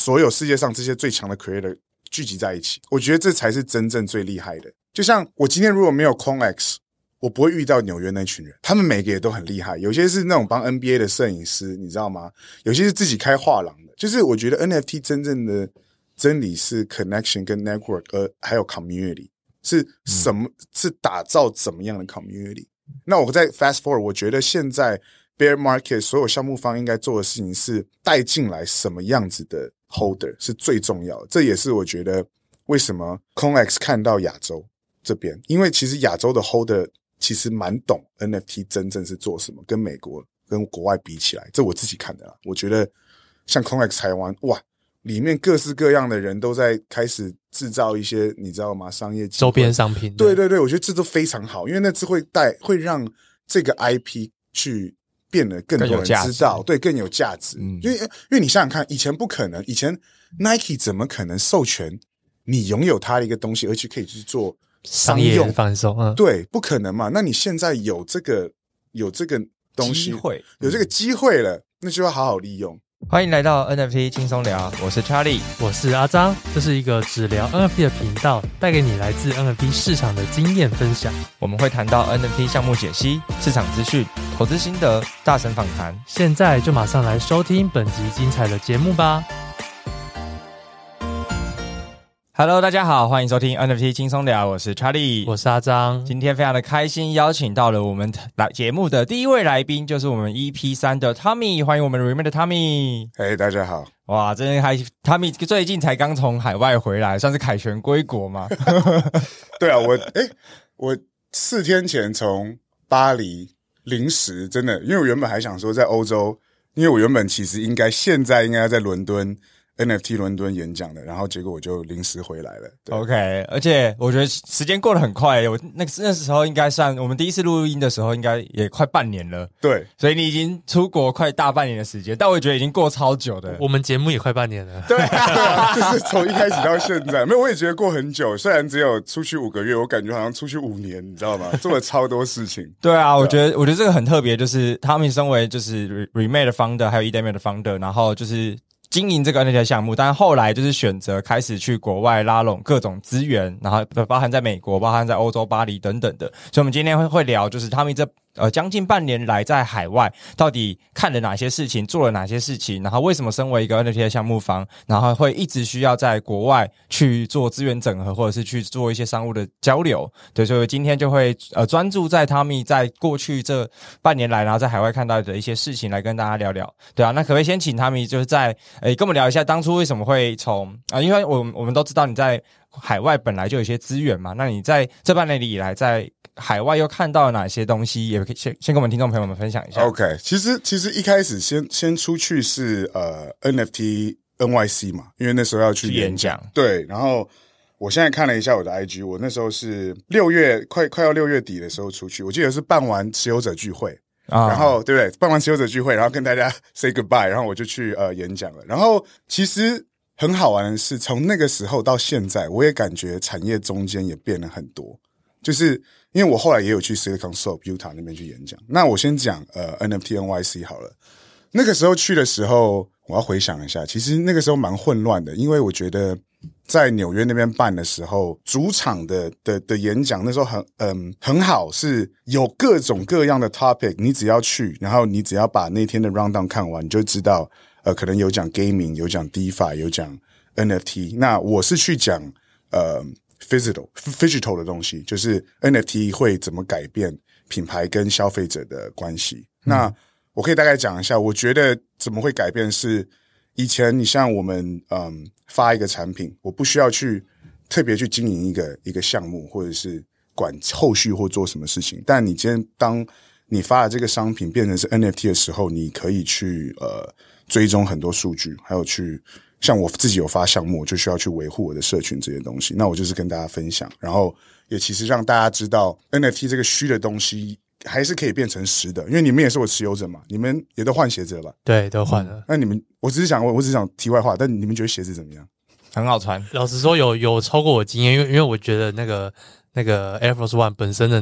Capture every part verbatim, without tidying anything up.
所有世界上这些最强的 creator 聚集在一起，我觉得这才是真正最厉害的。就像我今天如果没有 CloneX， 我不会遇到纽约那群人，他们每个也都很厉害，有些是那种帮 N B A 的摄影师，你知道吗？有些是自己开画廊的。就是我觉得 N F T 真正的真理是 connection 跟 network， 呃，还有 community， 是什么、嗯、是打造怎么样的 community。那我在 fast forward， 我觉得现在 bear market 所有项目方应该做的事情是带进来什么样子的 holder 是最重要的。这也是我觉得为什么 CloneX 看到亚洲这边，因为其实亚洲的 holder 其实蛮懂 N F T 真正是做什么，跟美国跟国外比起来，这我自己看的啦。我觉得像 CloneX 台湾，哇，里面各式各样的人都在开始制造一些你知道吗？商业周边商品。 对对对，我觉得这都非常好，因为那次会带会让这个 I P 去变得更多人知道，对，更有价值。嗯，因为因为你想想看，以前不可能，以前 Nike 怎么可能授权你拥有它的一个东西，而且可以去做商用贩售？嗯， 对，不可能嘛。那你现在有这个有这个东西，有这个机会了，那就要好好利用。 欢迎来到 N F T 轻松聊，我是 Charlie， 我是阿张，这是一个只聊 N F T 的频道，带给你来自 N F T 市场的经验分享。 我们会谈到 N F T 项目解析、市场资讯、投资心得、大神访谈。 现在就马上来收听本集精彩的节目吧。 Hello， 大家好，欢迎收听 N F T 轻松聊，我是 Charlie， 我是阿张。 今天非常的开心，邀请到了我们节目的第一位来宾，就是我们 E P 三 的 Tommy， 欢迎我们 Remade 的 Tommy。 嘿、hey, 大家好。 哇，真的还 Tommy 最近才刚从海外回来，算是凯旋归国嘛？ 对啊，我诶我四天前从巴黎临时真的，因为我原本还想说在欧洲，因为我原本其实应该现在应该在伦敦N F T 伦敦演讲的，然后结果我就临时回来了。 OK， 而且我觉得时间过得很快，我那那时候应该算我们第一次录音的时候，应该也快半年了。 对， 所以你已经出国快大半年的时间，但我觉得已经过超久的。 我们节目也快半年了。 对啊，对啊，就是从一开始到现在，没有，我也觉得过很久。虽然只有出去五个月，我感觉好像出去五年，你知道吗？做了超多事情。 对啊，我觉得我觉得这个很特别，就是他们身为就是 Remade 的 founder， 还有 Edemir 的 founder， 然后就是经营这个 N F T 的项目，但后来就是选择开始去国外拉拢各种资源，然后包含在美国，包含在欧洲巴黎等等的。所以我们今天会会聊，就是他们这呃将近半年来在海外到底看了哪些事情，做了哪些事情，然后为什么身为一个 N F T 的项目方，然后会一直需要在国外去做资源整合，或者是去做一些商务的交流。对，所以今天就会呃专注在他们在过去这半年来，然后在海外看到的一些事情来跟大家聊聊。对啊，那可不可以先请他们就是在诶跟我们聊一下当初为什么会从啊、呃，因为我我们都知道你在海外本来就有一些资源嘛，那你在这半年里以来在海外又看到了哪些东西，也可以先先跟我们听众朋友们分享一下。 OK， 其实其实一开始先先出去是呃 N F T N Y C 嘛，因为那时候要去演讲。对，然后我现在看了一下我的 I G， 我那时候是六月快快要六月底的时候出去，我记得是办完持有者聚会啊，然后对不对？办完持有者聚会，然后跟大家 say goodbye， 然后我就去呃演讲了。然后其实很好玩的是，从那个时候到现在，我也感觉产业中间也变了很多。就是因为我后来也有去 Silicon Slope Utah 那边去演讲。那我先讲呃 N F T N Y C 好了。那个时候去的时候，我要回想一下，其实那个时候蛮混乱的，因为我觉得在纽约那边办的时候，主场的的的演讲那时候很嗯很好，是有各种各样的 topic， 你只要去，然后你只要把那天的 rundown 看完，你就知道呃可能有讲 gaming， 有讲 DeFi， 有讲 N F T。那我是去讲呃Physical, physical 的东西，就是 N F T 会怎么改变品牌跟消费者的关系。嗯、那我可以大概讲一下，我觉得怎么会改变是，以前你像我们嗯发一个产品，我不需要去特别去经营一个一个项目，或者是管后续或做什么事情。但你今天当你发了这个商品变成是 N F T 的时候，你可以去呃追踪很多数据，还有去。像我自己有发项目，我就需要去维护我的社群这些东西。那我就是跟大家分享，然后也其实让大家知道 N F T 这个虚的东西还是可以变成实的，因为你们也是我持有者嘛，你们也都换鞋子了吧？ 对，都换了。 嗯、那你们，我只是想，我只是想题外话，但你们觉得鞋子怎么样？ 很好穿。 老实说有，有有超过我经验，因为因为我觉得那个那个 Air Force One 本身的那个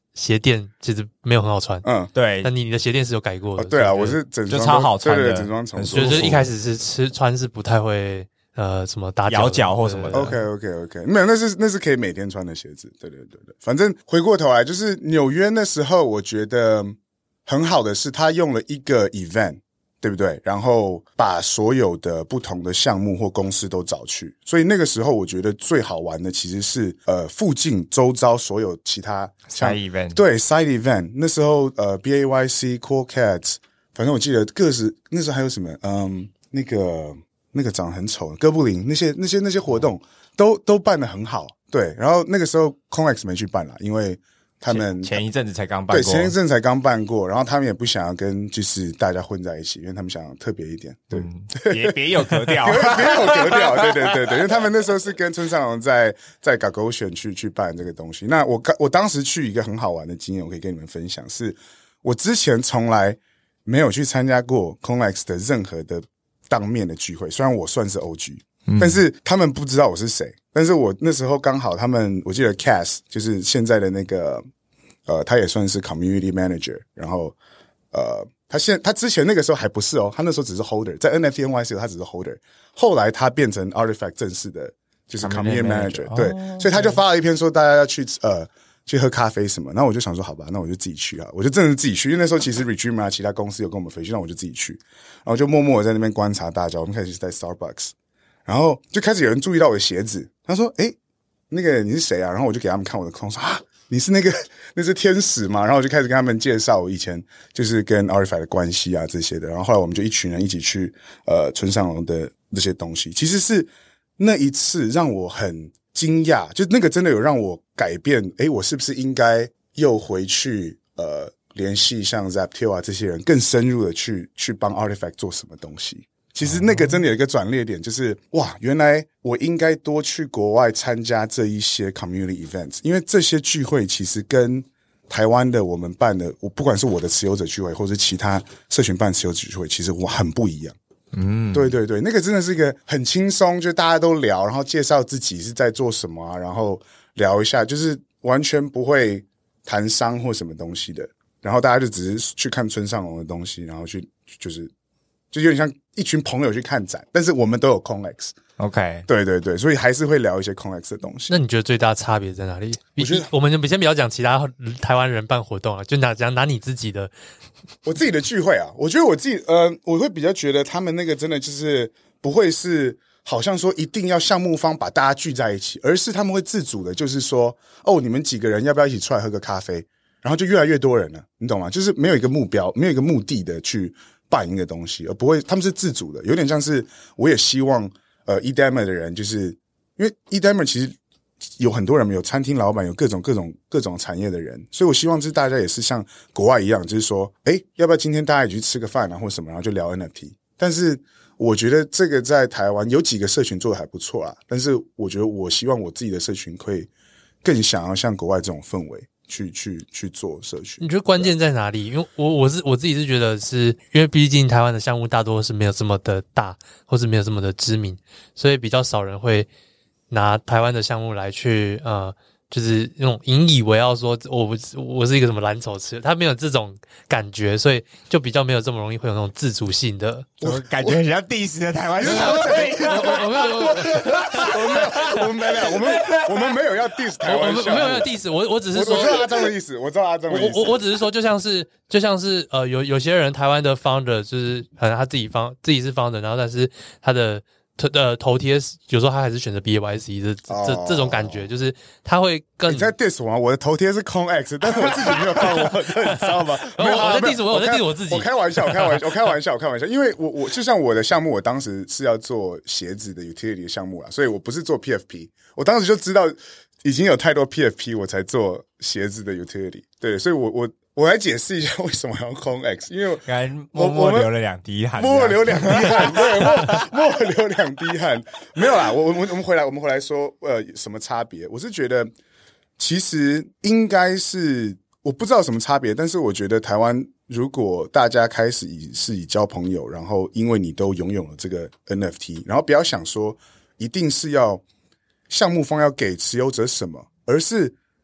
鞋垫其实没有很好穿， 嗯，对。 但你你的鞋垫是有改过的， 哦、对啊，我是整双就超好穿的， 对对，整双重塑。 就是一开始是吃穿是不太会呃什么打咬脚或什么的。 OK OK OK， 没有，那是那是可以每天穿的鞋子。对对对对，反正回过头来就是纽约那时候，我觉得很好的是他用了一个 event。对不对？然后把所有的不同的项目或公司都找去，所以那个时候我觉得最好玩的其实是呃附近周遭所有其他 side event， 对 side event。那时候呃 B A Y C、Cool Cats， 反正我记得各式那时候还有什么嗯那个那个长得很丑的哥布林那些那些那些活动都都办得很好。对，然后那个时候 Conex 没去办啦，因为他们前一阵子才刚办过， 对，前一阵才刚办过，然后他们也不想要跟就是大家混在一起，因为他们想要特别一点，对， 嗯、别别有格调， 别有格调，对对对对，因为他们那时候是跟村上隆在在 Gagosian 去去办这个东西。那我我当时去一个很好玩的经验，我可以跟你们分享，是我之前从来没有去参加过 Conex 的任何的当面的聚会，虽然我算是 O G，嗯、但是他们不知道我是谁。但是我那时候刚好他们，我记得 Cass 就是现在的那个，呃，他也算是 Community Manager， 然后呃，他现他之前那个时候还不是哦，他那时候只是 Holder， 在 N F T N Y C 他只是 Holder， 后来他变成 Artifact 正式的，就是 Community Manager， Manager 对，哦、所以他就发了一篇说大家要去呃去喝咖啡什么，然后我就想说好吧，那我就自己去啊，我就真的是自己去，因为那时候其实 Regime 啊其他公司有跟我们飞去，那我就自己去，然后就默默的在那边观察大家，我们开始在 Starbucks。然后就开始有人注意到我的鞋子，他说：“诶，那个你是谁啊？”然后我就给他们看我的空，说：“啊，你是那个那是天使吗？”然后我就开始跟他们介绍我以前就是跟 Artifact 的关系啊这些的。然后后来我们就一群人一起去呃村上隆的这些东西，其实是那一次让我很惊讶，就那个真的有让我改变。诶，我是不是应该又回去呃联系像 Zaptio 啊这些人，更深入的去去帮 Artifact 做什么东西？其实那个真的有一个转捩点，就是哇，原来我应该多去国外参加这一些 community events， 因为这些聚会其实跟台湾的我们办的，我不管是我的持有者聚会，或是其他社群办持有者聚会，其实我很不一样。嗯，对对对，那个真的是一个很轻松，就大家都聊，然后介绍自己是在做什么啊，然后聊一下，就是完全不会谈商或什么东西的，然后大家就只是去看村上隆的东西，然后去就是就有点像一群朋友去看展，但是我们都有 Conex。OK， 对对对，所以还是会聊一些 Conex 的东西。 那你觉得最大差别在哪里？ 我觉得我们先不要讲其他台湾人办活动啊，就拿讲拿你自己的， 我自己的聚会啊，我觉得我自己呃，我会比较觉得他们那个真的就是不会是好像说一定要项目方把大家聚在一起，而是他们会自主的，就是说哦，你们几个人要不要一起出来喝个咖啡？然后就越来越多人了，你懂吗？就是没有一个目标，没有一个目的的去办一个东西，而不会，他们是自主的，有点像是我也希望呃 E D M 的人，就是因为 E D M 其实有很多人，有餐厅老板，有各种各种各种产业的人，所以我希望就是大家也是像国外一样，就是说，诶，要不要今天大家一起去吃个饭啊，或什么，然后就聊 N F T。但是我觉得这个在台湾有几个社群做得还不错啦，但是我觉得我希望我自己的社群可以更想要像国外这种氛围。去去去做社群， 你觉得关键在哪里？因为我我是我自己是觉得是，因为毕竟台湾的项目大多是没有这么的大，或是没有这么的知名，所以比较少人会拿台湾的项目来去呃，就是那种引以为傲说我我是一个什么蓝筹吃，他没有这种感觉，所以就比较没有这么容易会有那种自主性的。 我感觉很像 diss 的台湾人。 我没有， 我没有，我们没有，我们我们没有要 diss 台湾， 我们没有要 diss， 我我只是说， 我知道阿张的意思，我知道阿张的意思。 我我我只是说，就像是就像是呃，有有些人台湾的 founder 就是可能他自己方自己是 founder， 然后但是他的。呃，头贴有时候他还是选择 B A Y C 这这、oh. 这种感觉，就是他会更你在 diss 我吗？我的头贴是空 X， 但是我自己没有放我的，你知道吗？ 没有，我在 diss 我，我在 diss 我自己。 我开玩笑，我开玩笑，我开玩笑，我开玩笑，因为我我就像我的项目，我当时是要做鞋子的 utility 的项目啦，所以我不是做 P F P， 我当时就知道已经有太多 P F P， 我才做鞋子的 utility。对，所以我我。我来解释一下为什么要空 X， 因为我默默流了两滴汗， 默默流两滴汗，对，默默流两滴汗，没有啦。我我们我们回来，我们回来说，呃，什么差别？我是觉得，其实应该是我不知道什么差别，但是我觉得台湾如果大家开始以是以交朋友，然后因为你都拥有了这个 N F T， 然后不要想说一定是要项目方要给持有者什么，而是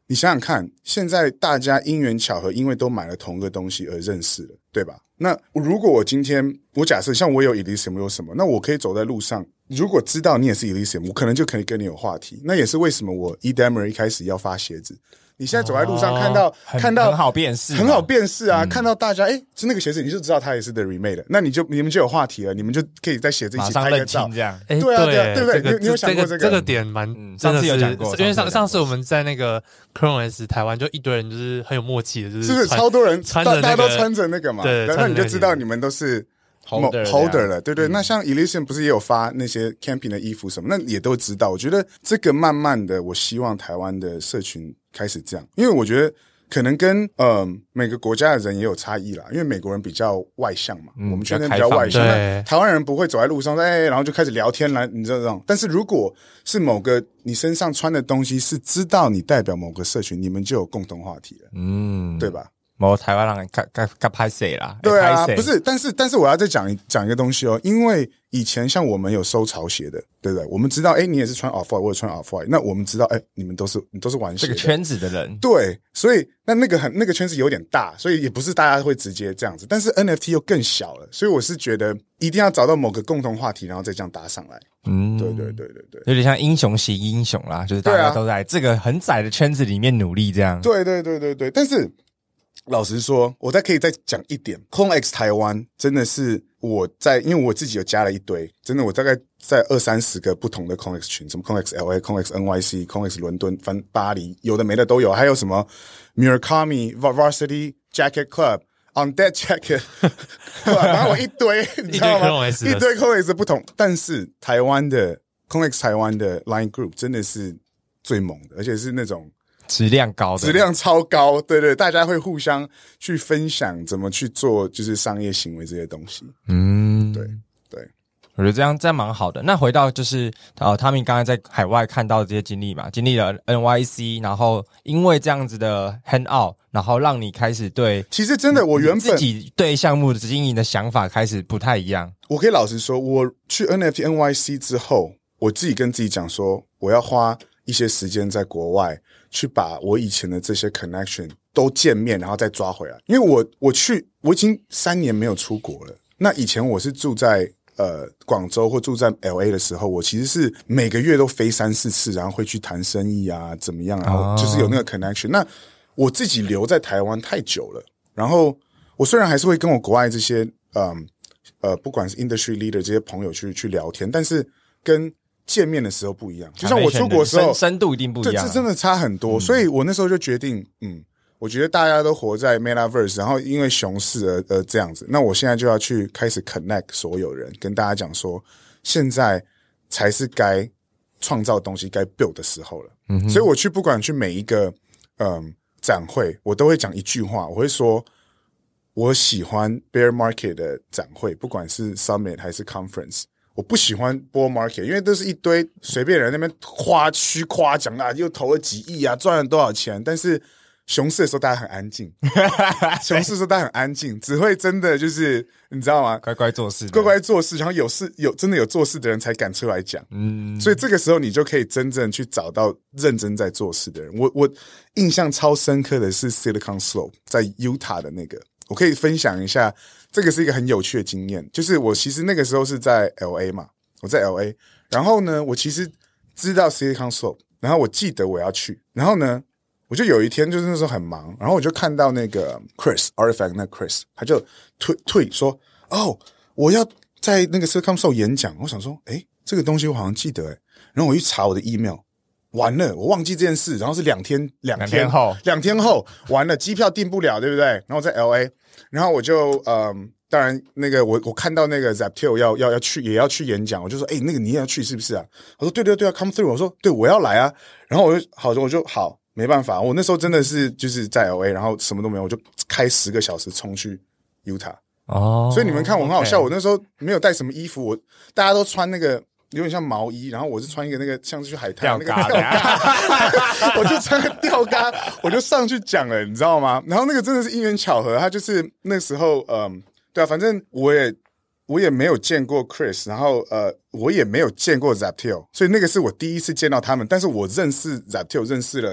你想想看，现在大家因缘巧合，因为都买了同一个东西而认识了，对吧？那如果我今天，我假设像我有 Elysium 有什么，那我可以走在路上，如果知道你也是 Elysium， 我可能就可以跟你有话题。那也是为什么我 Edamer 一开始要发鞋子。你现在走在路上看到、哦、看到很好辨识， 很好辨识啊！嗯、看到大家哎，是那个鞋子，你就知道它也是 The Remade 那你就你们就有话题了，你们就可以在鞋子一起拍个照， 这样。 对啊，对啊，对不对？ 这个、 你你有想过这个？ 这个点蛮、嗯， 上次有讲过， 因为上上次我们在那个 Chrome S 台湾，就一堆人就是很有默契的，就是是不是超多人穿着、那个、 大家都穿着那个嘛？ 对， 那你就知道你们都是。Holder, holder 了，对对、嗯，那像 Elysium 不是也有发那些 camping 的衣服什么，那也都知道。我觉得这个慢慢的，我希望台湾的社群开始这样，因为我觉得可能跟呃每个国家的人也有差异啦。因为美国人比较外向嘛，嗯、我们圈内比较外向，那台湾人不会走在路上哎，然后就开始聊天来，你知道这种。但是如果是某个你身上穿的东西是知道你代表某个社群，你们就有共同话题了，嗯，对吧？ 某台湾人较较较歹势啦， 对啊，不是，但是但是我要再讲一讲一个东西哦，因为以前像我们有收潮鞋的，对不对？我们知道，哎，你也是穿 Off-White， 我也穿 Off-White， 那我们知道，哎，你们都是你都是玩鞋的这个圈子的人， 对，所以那那个很那个圈子有点大，所以也不是大家会直接这样子，但是 N F T 又更小了，所以我是觉得一定要找到某个共同话题，然后再这样搭上来。嗯，对对对对对， 有点像英雄惜英雄啦，就是大家都在这个很窄的圈子里面努力这样。 对对对对对，但是。老实说，我再可以再讲一点 ，Clone X 台湾真的是我在，因为我自己有加了一堆，真的我大概在二三十个不同的 Clone X 群，什么 Clone X L A、Clone X N Y C、Clone X 伦敦、翻巴黎，有的没的都有，还有什么 Murakami Varsity Jacket Club、On Dead Jacket， 反正我一堆，你知道吗？一堆 Clone X 不同，但是台湾的 Clone X 台湾的 Line Group 真的是最猛的，而且是那种。 质量高的， 质量超高，对对，大家会互相去分享怎么去做，就是商业行为这些东西。嗯，对对， 我觉得这样这样蛮好的。那回到就是呃，他们刚才在海外看到的这些经历嘛，经历了 N Y C， 然后因为这样子的 hand out， 然后让你开始对， 其实真的，我原本自己对项目的经营的想法开始不太一样。 我可以老实说，我去 N F T N Y C 之后，我自己跟自己讲说，我要花一些时间在国外。去把我以前的这些 connection 都见面，然后再抓回来。因为我我去，我已经三年没有出国了。那以前我是住在呃广州或住在 L A 的时候，我其实是每个月都飞三四次，然后会去谈生意啊，怎么样，然后就是有那个 connection。那我自己留在台湾太久了，然后我虽然还是会跟我国外这些嗯呃不管是 industry leader 这些朋友去去聊天，但是跟见面的时候不一样，就像我出国的时候， 深度一定不一样， 这真的差很多。嗯、所以我那时候就决定，嗯，我觉得大家都活在 Metaverse， 然后因为熊市而而这样子，那我现在就要去开始 connect 所有人，跟大家讲说，现在才是该创造东西、该 build 的时候了。嗯，所以我去不管去每一个嗯展会，我都会讲一句话，我会说，我喜欢 bear market 的展会，不管是 summit 还是 conference。我不喜欢 bull market， 因为都是一堆随便人那边夸虚夸奖啊，又投了几亿啊，赚了多少钱。但是熊市的时候大家很安静，熊市的时候大家很安静，只会真的就是你知道吗？ 乖乖做事， 乖乖做事，然后有事有真的有做事的人才敢出来讲。嗯，所以这个时候你就可以真正去找到认真在做事的人。我我印象超深刻的是 Silicon Slope 在 Utah 的那个。我可以分享一下，这个是一个很有趣的经验，就是我其实那个时候是在 L A 嘛，我在 L A， 然后呢，我其实知道 Silicon Slope， 然后我记得我要去，然后呢，我就有一天就是那时候很忙，然后我就看到那个 Chris Artifact 那 Chris， 他就推推说，哦，我要在那个 Silicon Slope 演讲，我想说，诶，这个东西我好像记得诶，然后我一查我的 email。完了，我忘记这件事，然后是两天两天, 天后，两天后完了，机票订不了，对不对？然后我在 L A， 然后我就嗯，当然那个我我看到那个 Zaptil 要要要去也要去演讲，我就说，哎，那个你也要去是不是啊？他说对对对啊 ，come through， 我说对，我要来啊。然后我就好，我就好，没办法，我那时候真的是就是在 L A， 然后什么都没有，我就开十个小时冲去 Utah。哦，所以你们看我很好笑， okay. 我那时候没有带什么衣服，我大家都穿那个。有点像毛衣，然后我是穿一个那个像是去海滩那个吊嘎，我就穿个吊嘎，我就上去讲了，你知道吗？然后那个真的是因缘巧合，他就是那时候，嗯，对啊，反正我也我也没有见过 Chris， 然后呃，我也没有见过 Zaptil， 所以那个是我第一次见到他们，但是我认识 Zaptil 认识了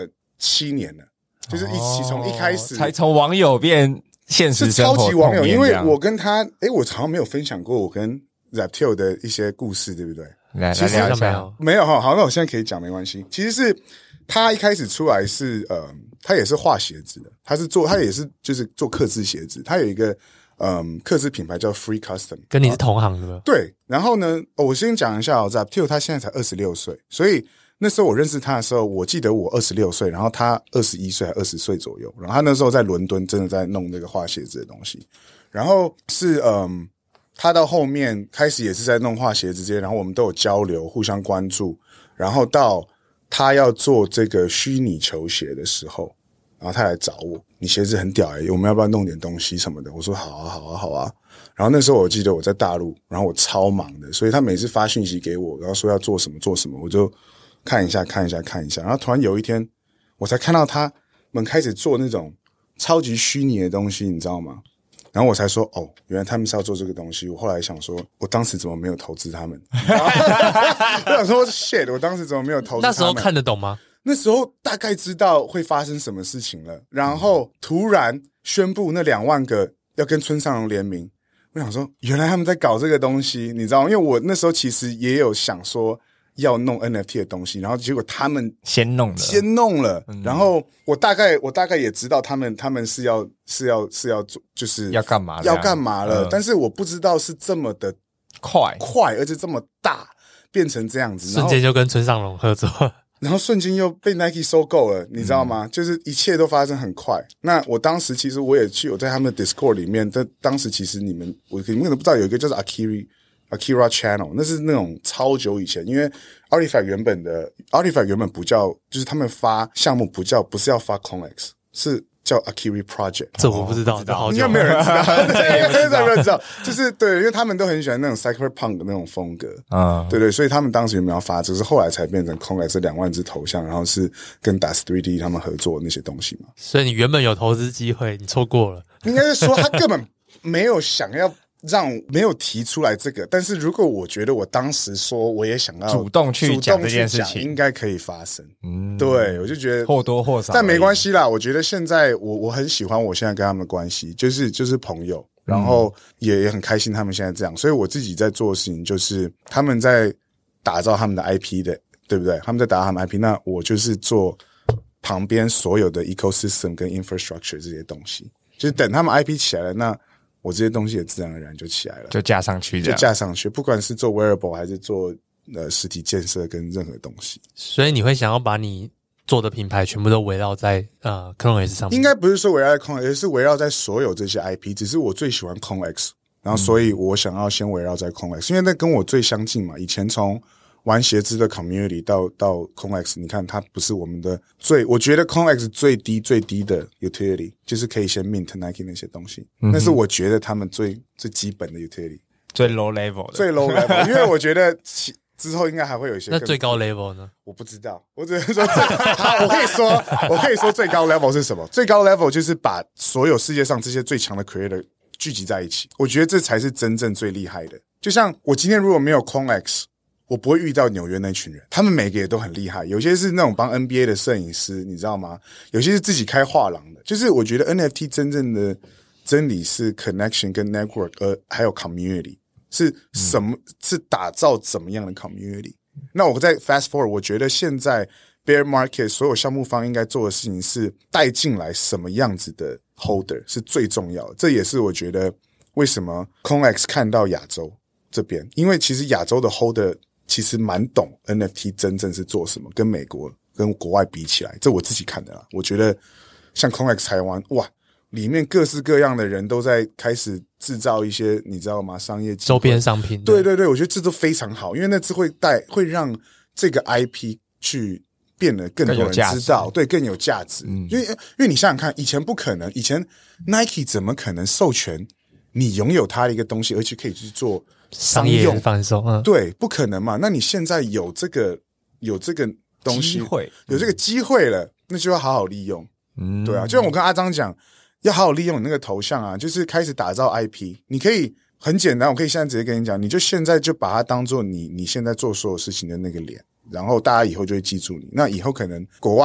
七年了，就是一起从一开始、 哦、才从网友变现实生活， 是超级网友。因为我跟他，诶，我好像没有分享过我跟 Zaptio 的一些故事，对不对？ 来来聊一下， 没有哈，好，那我现在可以讲，没关系。其实是他一开始出来是呃，他也是画鞋子的，他是做，他也是就是做客制鞋子，他有一个嗯客制品牌叫 Free Custom， 跟你是同行的吗？ 对，然后呢，哦、我先讲一下哦 ，Zaptio 他现在才二十六岁，所以那时候我认识他的时候，我记得我二十六岁，然后他二十一岁还二十岁左右，然后他那时候在伦敦真的在弄那个画鞋子的东西，然后是嗯。他到后面开始也是在弄画鞋子这些，然后我们都有交流，互相关注，然后到他要做这个虚拟球鞋的时候，然后他来找我，你鞋子很屌诶、欸、我们要不要弄点东西什么的？我说好啊好啊好啊。然后那时候我记得我在大陆，然后我超忙的，所以他每次发讯息给我，然后说要做什么做什么，我就看一下看一下看一下，然后突然有一天我才看到他们开始做那种超级虚拟的东西，你知道吗？然后我才说哦，原来他们是要做这个东西。我后来想说，我当时怎么没有投资他们？我想说 shit， 我当时怎么没有投资他们？ 那时候看得懂吗？ 那时候大概知道会发生什么事情了，然后突然宣布那两万个要跟村上隆联名。我想说，原来他们在搞这个东西，你知道吗？因为我那时候其实也有想说要弄 N F T 的东西，然后结果他们先弄了， 先弄了，嗯、然后我大概我大概也知道他们他们是要是要是要做，就是要干嘛要干嘛了、 嗯， 但是我不知道是这么的快快，而且这么大，变成这样子， 瞬间就跟村上隆合作。 然后瞬间又被 Nike 收购了，你知道吗？嗯、就是一切都发生很快。那我当时其实我也去，我在他们的 Discord 里面，但当时其实你们我你们可能不知道有一个叫做 Akira Akira Channel， 那是那种超久以前，因为 Artifact 原本的 Artifact 原本不叫，就是他们发项目不叫，不是要发 ConX， 是叫 Akira Project。 这我不知道，这、哦、好久应该没有人知道，对，没有人知道，就是对，因为他们都很喜欢那种 Cyberpunk 的那种风格，啊、嗯，对对，所以他们当时原本要发，只是后来才变成 ConX 两万只头像，然后是跟 Das 三 D 他们合作的那些东西嘛。 所以你原本有投资机会，你错过了。 应该是说他根本没有想要。让没有提出来这个，但是如果我觉得我当时说我也想要主动去讲这件事情， 应该可以发生。嗯，对，我就觉得或多或少， 但没关系啦。我觉得现在我我很喜欢我现在跟他们的关系，就是就是朋友，然后也也很开心他们现在这样。所以我自己在做的事情就是他们在打造他们的 I P 的，对不对？他们在打造他们的 I P， 那我就是做旁边所有的 ecosystem 跟 infrastructure 这些东西，就是等他们 I P 起来了，那我这些东西也自然而然就起来了， 就架上去， 就架上去。不管是做 wearable 还是做呃实体建设跟任何东西， 所以你会想要把你做的品牌全部都围绕在呃 CloneX 上面？ 应该不是说围绕在 CloneX， 而是围绕在所有这些 I P。只是我最喜欢 CloneX， 然后所以我想要先围绕在 CloneX，、嗯、因为那跟我最相近嘛。以前从玩鞋子的 community 到到 CloneX， 你看它不是我们的最，我觉得 CloneX 最低最低的 utility 就是可以先 mint Nike 那些东西，那、嗯、是我觉得他们最最基本的 utility， 最 low level 的， 最 low level， 因为我觉得之后应该还会有一些。 那最高 level 呢？ 我不知道，我只能说好，我可以说，我可以说最高 level 是什么？最高 level 就是把所有世界上这些最强的 creator 聚集在一起，我觉得这才是真正最厉害的。就像我今天如果没有 CloneX，我不会遇到纽约那群人，他们每个也都很厉害，有些是那种帮 N B A 的摄影师，你知道吗？有些是自己开画廊的。就是我觉得 N F T 真正的真理是 connection 跟 network， 呃，还有 community 是什么、嗯？是打造怎么样的 community？ 那我在 fast forward， 我觉得现在 bear market 所有项目方应该做的事情是带进来什么样子的 holder 是最重要的。这也是我觉得为什么 CloneX 看到亚洲这边，因为其实亚洲的 holder其实蛮懂 N F T 真正是做什么，跟美国跟国外比起来，这我自己看的啦。我觉得像 CloneX 台湾，哇，里面各式各样的人都在开始制造一些，你知道吗？商业周边商品。 对对对，我觉得这都非常好，因为那只会带会让这个 I P 去变得更多人知道，对，更有价值。嗯，因为因为你想想看，以前不可能，以前 Nike 怎么可能授权你拥有它的一个东西，而且可以去做商业贩售，嗯， 对，不可能嘛。那你现在有这个有这个东西，有这个机会了，那就要好好利用。嗯，对啊，就像我跟阿张讲，要好好利用你那个头像啊，就是开始打造 I P。你可以很简单，我可以现在直接跟你讲，你就现在就把它当做你你现在做所有事情的那个脸，然后大家以后就会记住你。那以后可能国外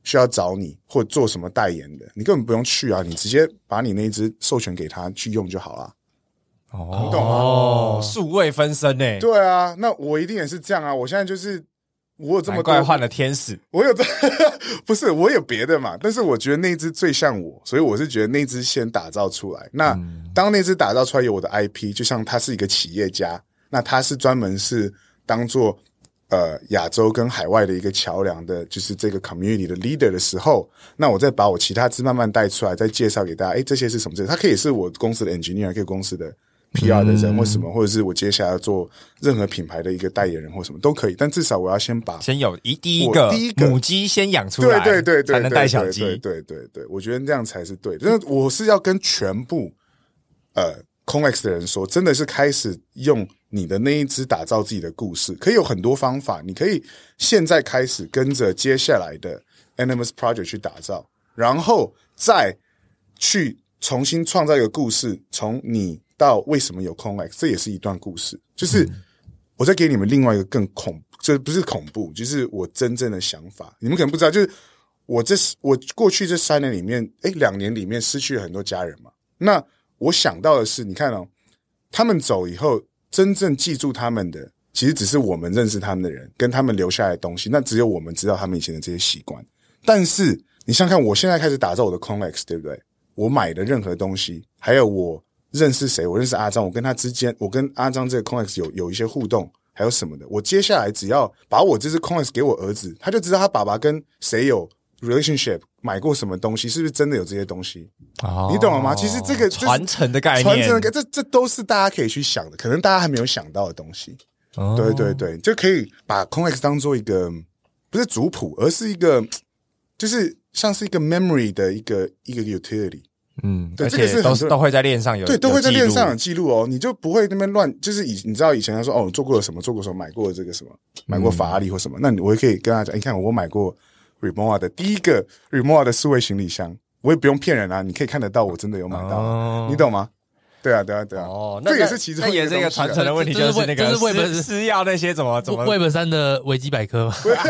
需要找你或做什么代言的，你根本不用去啊，你直接把你那一支授权给他去用就好了。 哦， 你懂吗？ 哦，数位分身诶。 对啊，那我一定也是这样啊。我现在就是我有这么多， 难怪换了天使。 我有这不是我有别的嘛？但是我觉得那一支最像我，所以我是觉得那支先打造出来。那、嗯、当那支打造出来有我的 I P， 就像他是一个企业家，那他是专门是当做呃亚洲跟海外的一个桥梁的，就是这个 community 的 leader 的时候，那我再把我其他支慢慢带出来，再介绍给大家。诶，这些是什么？这他可以是我公司的 engineer， 可以公司的P R 的人或什么、嗯、或者是我接下来要做任何品牌的一个代言人或什么都可以，但至少我要先把先有一第一个第一个母鸡先养出来， 对对对对， 才能带小鸡， 对对对 对, 对，我觉得这样才是对的。但是我是要跟全部呃 ConX 的人说，真的是开始用你的那一支打造自己的故事，可以有很多方法，你可以现在开始跟着接下来的 Animus Project 去打造，然后再去重新创造一个故事，从你到为什么有 ConX， 这也是一段故事。就是我再给你们另外一个更恐，这不是恐怖，就是我真正的想法。你们可能不知道，就是我这我过去这三年里面，诶，两年里面失去了很多家人嘛。那我想到的是，你看哦，他们走以后，真正记住他们的，其实只是我们认识他们的人，跟他们留下来的东西。那只有我们知道他们以前的这些习惯。但是你想想看，我现在开始打造我的 ConX， 对不对？我买的任何东西，还有我认识谁，我认识阿张，我跟他之间，我跟阿张这个 ConX 有有一些互动，还有什么的。我接下来只要把我这支 ConX 给我儿子，他就知道他爸爸跟谁有 relationship， 买过什么东西，是不是真的有这些东西？哦，你懂了吗？其实这个传承的概念， 传承的概念，这这都是大家可以去想的，可能大家还没有想到的东西。哦，对对对，就可以把 ConX 当做一个不是族谱，而是一个就是像是一个 memory 的一个一个 utility。 嗯，对，这个是都是都会在链上有， 对，都会在链上有记录哦。你就不会那边乱，就是以你知道以前他说哦，做过了什么，做过什么，买过这个什么，买过法拉利或什么，嗯、那我也可以跟他讲，你看我买过 Rimowa 的第一个 Rimowa 的数位行李箱，我也不用骗人啊，你可以看得到，我真的有买到，哦、你懂吗？对啊，对啊，对啊。哦，那这也是其中一个、啊， 那也是一个传承的问题，就是那个私私钥那些怎么怎么 Web 三的维基百科嘛。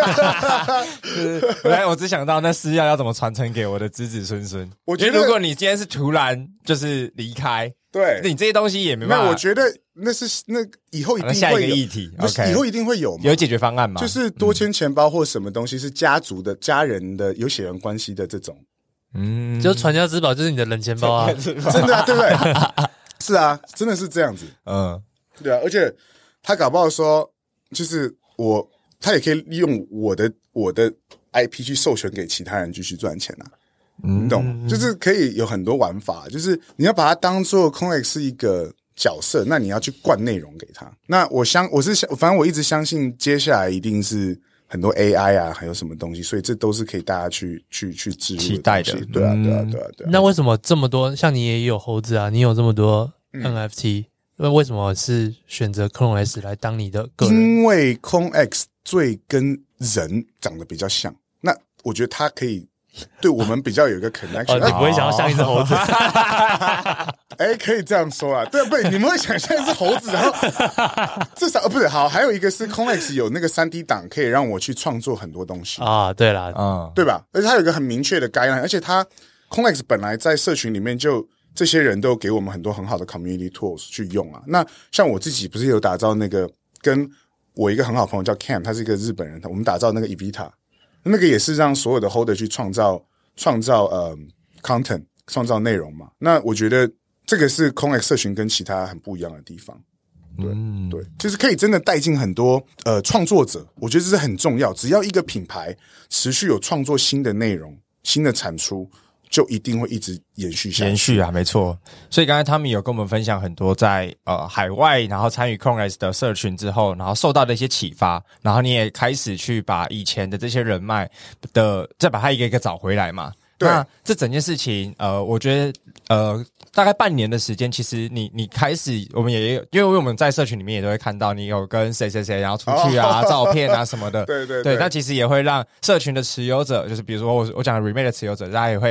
来，我只想到那私钥要怎么传承给我的子子孙孙。我觉得，如果你今天是突然就是离开， 对， 你这些东西也没办法。 那我觉得那是那以后一定会有下一个议题 ，OK， 以后一定会有嘛， 有解决方案吗？ 就是多签钱包或什么东西是家族的、家人的有血缘关系的这种， 嗯，就传家之宝就是你的冷钱包啊， 真的啊，对不对？是啊，真的是这样子，嗯，对啊，而且他搞不好说，就是我，他也可以利用我的我的 I P 去授权给其他人继续赚钱啊，嗯、你懂吗？就是可以有很多玩法，就是你要把它当做 ConX 是一个角色，那你要去灌内容给他。那我相我是反正我一直相信，接下来一定是很多 A I 啊，还有什么东西，所以这都是可以大家去去去置入期待的。 对啊，对啊，对啊，对啊。 那为什么这么多？像你也有猴子啊，你有这么多 N F T，那、嗯、为什么是选择 CloneX 来当你的个人？ 因为 CloneX 最跟人长得比较像，那我觉得它可以对我们比较有一个 connection。 哦、你不会想要像一只猴子？ 哎，可以这样说啊，对不对？你们会想像一只猴子，然后至少、哦、不是好，还有一个是 CloneX 有那个 三 D 档，可以让我去创作很多东西啊。对啦， 嗯，对吧？而且它有一个很明确的 guideline， 而且它 CloneX 本来在社群里面就。这些人都给我们很多很好的 community tools 去用啊。那像我自己不是有打造那个，跟我一个很好的朋友叫 Cam， 他是一个日本人，我们打造那个 Evita， 那个也是让所有的 holder 去创造创造呃 content， 创造内容嘛。那我觉得这个是 CloneX 社群跟其他很不一样的地方。对、嗯、对，就是可以真的带进很多呃创作者，我觉得这是很重要。只要一个品牌持续有创作新的内容、新的产出。就一定会一直延续下去。 延续啊，没错。所以刚才 Tommy 有跟我们分享很多在呃海外，然后参与 CloneX 的社群之后，然后受到的一些启发，然后你也开始去把以前的这些人脉的，再把它一个一个找回来嘛。 对。 那这整件事情，呃，我觉得呃大概半年的时间，其实你你开始，我们也有，因为我们在社群里面也都会看到你有跟谁谁谁然后出去啊、哦、照片啊什么的。 对对 对, 对，那其实也会让社群的持有者，就是比如说我我讲的 Remade 的持有者，大家也会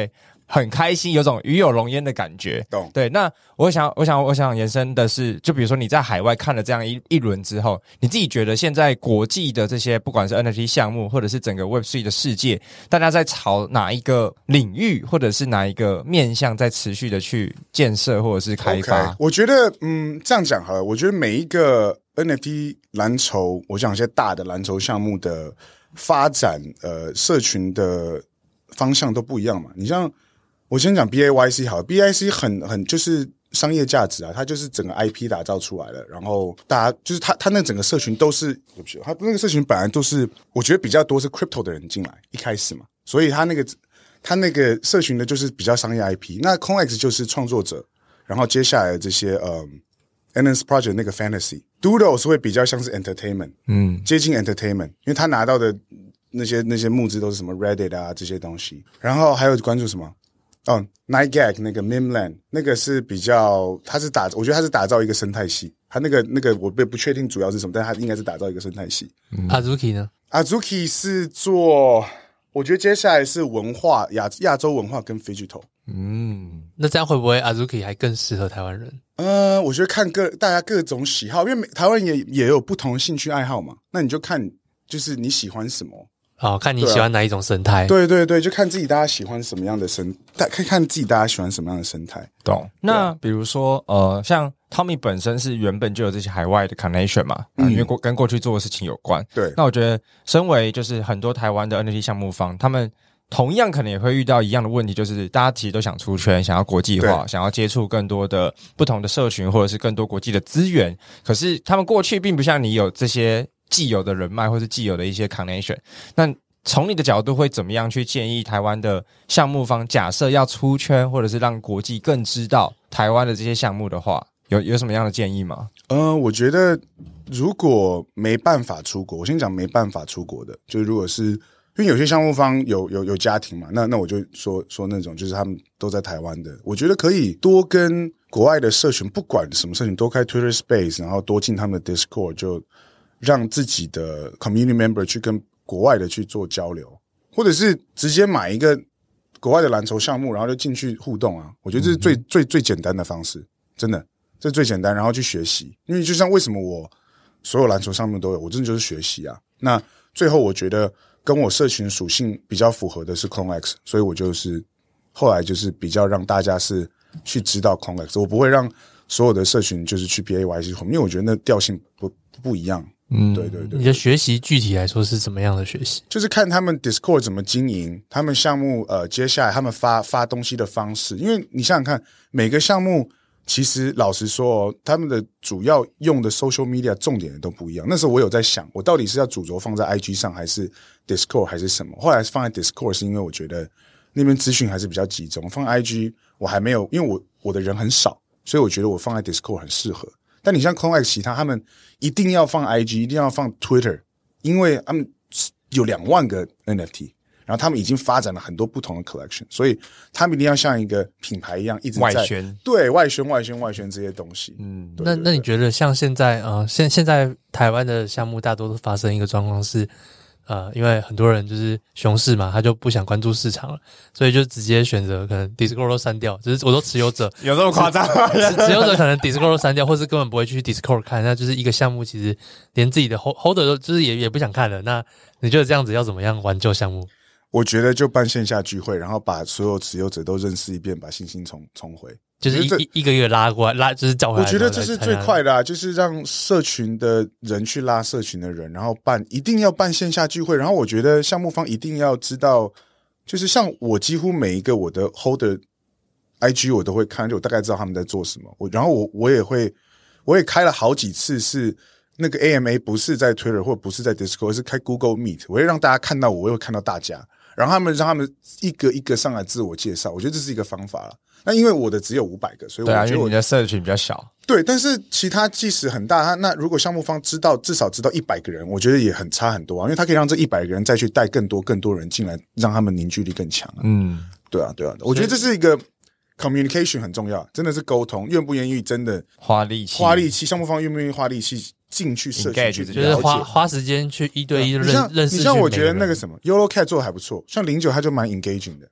很开心，有种与有荣焉的感觉。 懂？ 对，那我想，我想，我想延伸的是，就比如说你在海外看了这样一一轮之后，你自己觉得现在国际的这些不管是 N F T 项目，或者是整个 Web 三 的世界，大家在朝哪一个领域，或者是哪一个面向在持续的去建设或者是开发？ Okay, 我觉得，嗯，这样讲好了。我觉得每一个 N F T 蓝筹，我讲一些大的蓝筹项目的发展，呃，社群的方向都不一样嘛。你像我先讲 B A Y C 好了 ，B A Y C 很很就是商业价值啊，它就是整个 I P 打造出来了，然后大家就是它它那整个社群都是，对不起，它那个社群本来都是，我觉得比较多是 crypto 的人进来一开始嘛，所以它那个它那个社群的就是比较商业 I P， 那 CoinEx 就是创作者，然后接下来的这些呃 N S Project 那个 Fantasy。Doodles 会比较像是 entertainment， 嗯，接近 entertainment， 因为他拿到的那些那些募资都是什么 Reddit 啊这些东西，然后还有关注什么哦 Nightgag 那个 Memland 那个是比较，他是打，我觉得他是打造一个生态系，他那个那个我不确定主要是什么，但他应该是打造一个生态系。 嗯、Azuki 呢 ？Azuki 是做，我觉得接下来是文化亚亚洲文化跟 Digital。 嗯，那这样会不会 Azuki 还更适合台湾人？ 呃，我觉得看各大家各种喜好，因为台湾也也有不同的兴趣爱好嘛。那你就看，就是你喜欢什么哦，看你喜欢哪一种生态。 对对对，就看自己大家喜欢什么样的生，看看自己大家喜欢什么样的生态。 懂？那比如说，呃，像 Tommy 本身是原本就有这些海外的 connection 嘛，嗯、因为过跟过去做的事情有关。 对。 那我觉得，身为就是很多台湾的 N F T 项目方，他们同样可能也会遇到一样的问题，就是大家其实都想出圈，想要国际化，想要接触更多的不同的社群，或者是更多国际的资源。可是他们过去并不像你有这些既有的人脉，或是既有的一些 connection。那从你的角度会怎么样去建议台湾的项目方，假设要出圈，或者是让国际更知道台湾的这些项目的话，有有什么样的建议吗？ 呃，我觉得如果没办法出国，我先讲没办法出国的，就是如果是。因为有些项目方有有有家庭嘛，那那我就说说那种就是他们都在台湾的，我觉得可以多跟国外的社群，不管什么社群，多开 Twitter Space， 然后多进他们的 Discord， 就让自己的 community member 去跟国外的去做交流，或者是直接买一个国外的蓝筹项目，然后就进去互动啊。我觉得这是最、嗯、最最简单的方式，真的，这最简单，然后去学习。因为就像为什么我所有蓝筹项目都有，我真的就是学习啊。那最后我觉得。跟我社群属性比较符合的是 CloneX， 所以我就是后来就是比较让大家是去知道 CloneX， 我不会让所有的社群就是去 B A Y C， 因为我觉得那调性不不一样。嗯，对对对。 你的学习具体来说是怎么样的学习？ 就是看他们 Discord 怎么经营，他们项目呃接下来他们发发东西的方式，因为你想想看，每个项目。其实老实说哦，他们的主要用的 social media 重点都不一样。那时候我有在想，我到底是要主轴放在 I G 上，还是 Discord 还是什么？后来是放在 Discord， 是因为我觉得那边资讯还是比较集中。放在 I G 我还没有，因为我我的人很少，所以我觉得我放在 Discord 很适合。但你像 CloneX 其他，他们一定要放 I G， 一定要放 Twitter， 因为他们有两万个 N F T。然后他们已经发展了很多不同的 collection， 所以他们一定要像一个品牌一样一直在外宣， 对外宣、外宣、外宣这些东西。嗯， 对对对。那那你觉得像现在呃，现现在台湾的项目大多都发生一个状况是，呃，因为很多人就是熊市嘛，他就不想关注市场了，所以就直接选择可能 Discord 都删掉，就是我都持有者有这么夸张吗？ 持有者可能 Discord 都删掉，或是根本不会去 Discord 看，那就是一个项目其实连自己的 holder 都就是也也不想看了。那你觉得这样子要怎么样挽救项目？ 我觉得就办线下聚会，然后把所有持有者都认识一遍，把信心重重回， 就是一一一个一个拉过来，拉就是叫回来。 我觉得这是最快的啊，就是让社群的人去拉社群的人，然后办一定要办线下聚会。然后我觉得项目方一定要知道，就是像我几乎每一个我的 holder I G 我都会看，就我大概知道他们在做什么。我然后我我也会，我也开了好几次是。那个 A M A 不是在 Twitter 或不是在 Discord， 是开 Google Meet， 我会让大家看到我，我也会看到大家，然后他们让他们一个一个上来自我介绍，我觉得这是一个方法啦。那因为我的只有五百个，所以我觉得我对啊，因为你的社群比较小。 对，但是其他即使很大，那如果项目方知道至少知道一百个人，我觉得也很差很多啊，因为他可以让这一百个人再去带更多更多人进来，让他们凝聚力更强啊。嗯，对啊，对啊，我觉得这是一个。communication 很重要，真的是沟通，愿不愿意真的花力气， 花力气，项目方愿不愿意花力气进去社群去了解， 就是花花时间去一对一认认识。 你像我觉得那个什么 YOLO Cat 做的还不错，像零九他就蛮 engaging 的，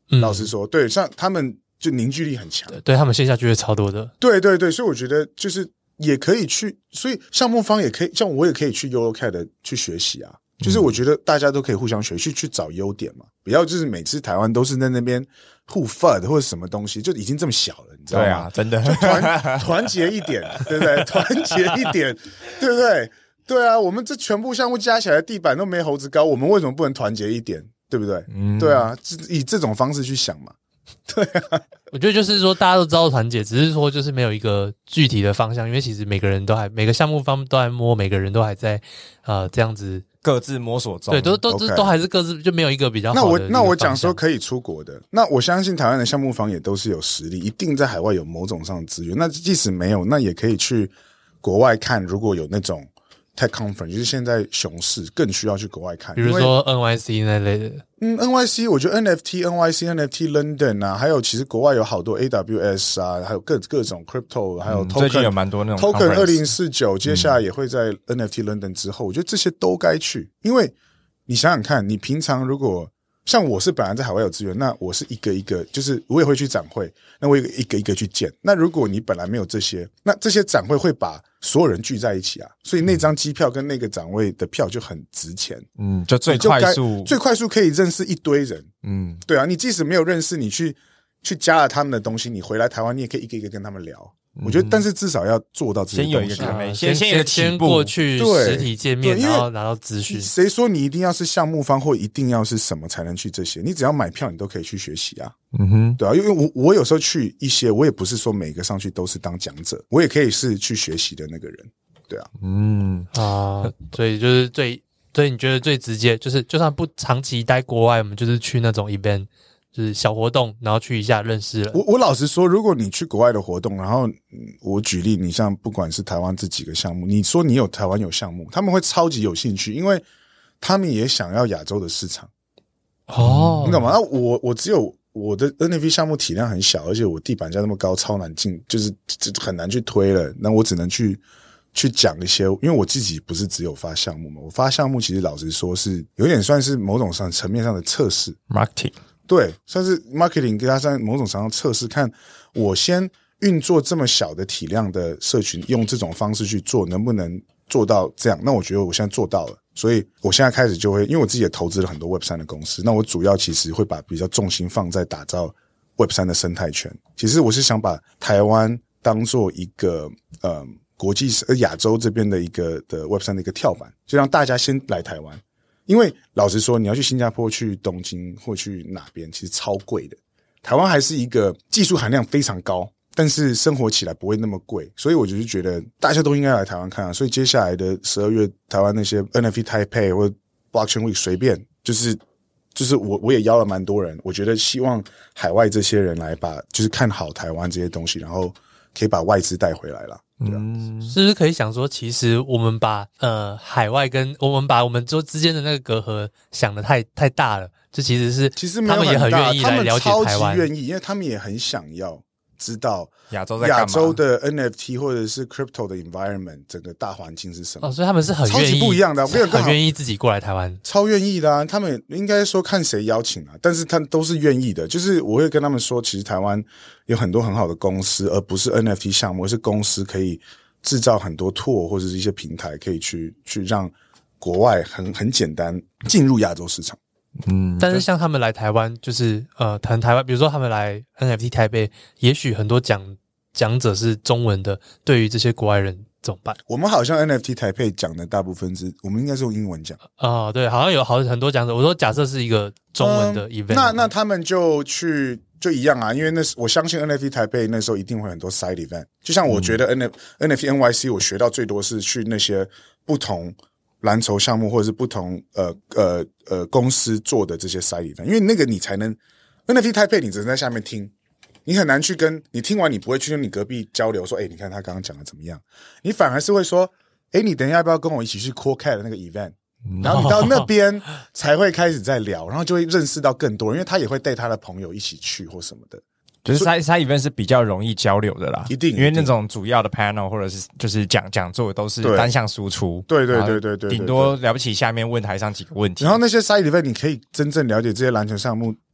嗯、老实说，对，像他们就凝聚力很强， 对，对他们线下聚会超多的， 对对对，所以我觉得就是也可以去，所以项目方也可以，像我也可以去 Eurocad 去学习啊。就是我觉得大家都可以互相学，去去找优点嘛，不要就是每次台湾都是在那边互 F U D 或者什么东西，就已经这么小了，你知道吗？ 对啊，真的， 就团团结一点，对不对？团结一点，对不对？对啊，我们这全部项目加起来地板都没猴子高，我们为什么不能团结一点？对不对？嗯，对啊，以这种方式去想嘛。对啊， 我觉得就是说大家都知道团结，只是说就是没有一个具体的方向，因为其实每个人都还每个项目方都还摸，每个人都还在呃这样子。 各自摸索中， 对，都都、okay. 都还是各自就没有一个比较好的。 那我那我讲说可以出国的，那我相信台湾的项目方也都是有实力，一定在海外有某种上的资源。那即使没有，那也可以去国外看，如果有那种 Tech Conference， 就是现在熊市更需要去国外看， 比如说 N Y C 那类的。 嗯 ，N Y C 我觉得 N F T、N Y C、N F T London 啊，还有其实国外有好多 A W S 啊，还有各各种 Crypto， 还有 Token，、嗯、 最近有蛮多那种 Token 二零四九，接下来也会在 N F T London 之后，我觉得这些都该去，因为你想想看，你平常如果像我是本来在海外有资源，那我是一个一个，就是我也会去展会，那我也一个一个去见。那如果你本来没有这些，那这些展会会把所有人聚在一起啊，所以那张机票跟那个展会的票就很值钱。 嗯，就最快速， 最快速可以认识一堆人。嗯，对啊，你即使没有认识，你去去加了他们的东西，你回来台湾，你也可以一个一个跟他们聊。我觉得，但是至少要做到这些东西。 先有一个咖啡，先先先先过去实体见面，然后拿到资讯。 谁说你一定要是项目方或一定要是什么才能去这些？你只要买票，你都可以去学习啊。嗯哼，对啊，因为我我有时候去一些，我也不是说每个上去都是当讲者，我也可以是去学习的那个人。对啊， 嗯啊，所以就是最，所以你觉得最直接，就是就算不长期待国外，我们就是去那种 event。就是小活动，然后去一下认识了。 我我老实说，如果你去国外的活动，然后、嗯、我举例，你像不管是台湾这几个项目，你说你有台湾有项目，他们会超级有兴趣，因为他们也想要亚洲的市场。哦，你懂吗？那我我只有我的 N F T 项目体量很小，而且我地板价那么高，超难进，就是很难去推了。那我只能去去讲一些，因为我自己不是只有发项目嘛，我发项目其实老实说是有点算是某种上层面上的测试 ，marketing。 对，算是 marketing 给他在某种程度上测试，看我先运作这么小的体量的社群，用这种方式去做，能不能做到这样？那我觉得我现在做到了，所以我现在开始就会，因为我自己也投资了很多 Web 三 的公司，那我主要其实会把比较重心放在打造 Web 三 的生态圈。其实我是想把台湾当做一个呃国际呃亚洲这边的一个的 Web 三 的一个跳板，就让大家先来台湾。因为老实说，你要去新加坡、去东京或去哪边，其实超贵的。台湾还是一个技术含量非常高，但是生活起来不会那么贵，所以我就是觉得大家都应该来台湾看啊。所以接下来的十二月，台湾那些 N F T Taipei 或 Blockchain Week 随便，就是就是我我也邀了蛮多人，我觉得希望海外这些人来把就是看好台湾这些东西，然后可以把外资带回来啦。 嗯，是不是可以想说，其实我们把呃海外跟我们把我们之间的那个隔阂想得太太大了，这其实是其实他们也很愿意来了解台湾， 他们超级愿意，因为他们也很想要知道亚洲在干嘛， 亚洲的 N F T 或者是 Crypto 的 environment 整个大环境是什么。 哦，所以他们是很愿意， 超级不一样的， 很愿意自己过来台湾， 超愿意的啊！他们应该说看谁邀请啊，但是他都是愿意的。就是我会跟他们说，其实台湾有很多很好的公司，而不是 N F T 项目，而是公司可以制造很多 tool 或者是一些平台，可以去去让国外很很简单进入亚洲市场。 嗯，但是像他们来台湾，就是呃谈台湾，比如说他们来 N F T 台北，也许很多讲讲者是中文的，对于这些国外人怎么办？ 我们好像 N F T 台北讲的大部分是我们应该是用英文讲啊、呃，对，好像有好很多讲者。我说假设是一个中文的 event，、嗯、 那那他们就去就一样啊，因为那我相信 N F T 台北那时候一定会很多 side event， 就像我觉得 N F T、嗯、N F T N Y C 我学到最多是去那些不同蓝筹项目或者是不同呃呃呃公司做的这些 side event， 因为那个你才能 N F T 台北你只能在下面听，你很难去跟你听完你不会去跟你隔壁交流说，哎、欸，你看他刚刚讲的怎么样？你反而是会说，哎、欸，你等一下要不要跟我一起去 CoreCat 的那个 event？ 然后你到那边才会开始在聊，然后就会认识到更多人，因为他也会带他的朋友一起去或什么的。 就是 side side event 是比较容易交流的啦， 一定， 因为那种主要的 panel 或者是就是讲讲座都是单向输出， 对对对对对， 顶多了不起下面问台上几个问题。 然后那些 side event 你可以真正了解这些篮球项目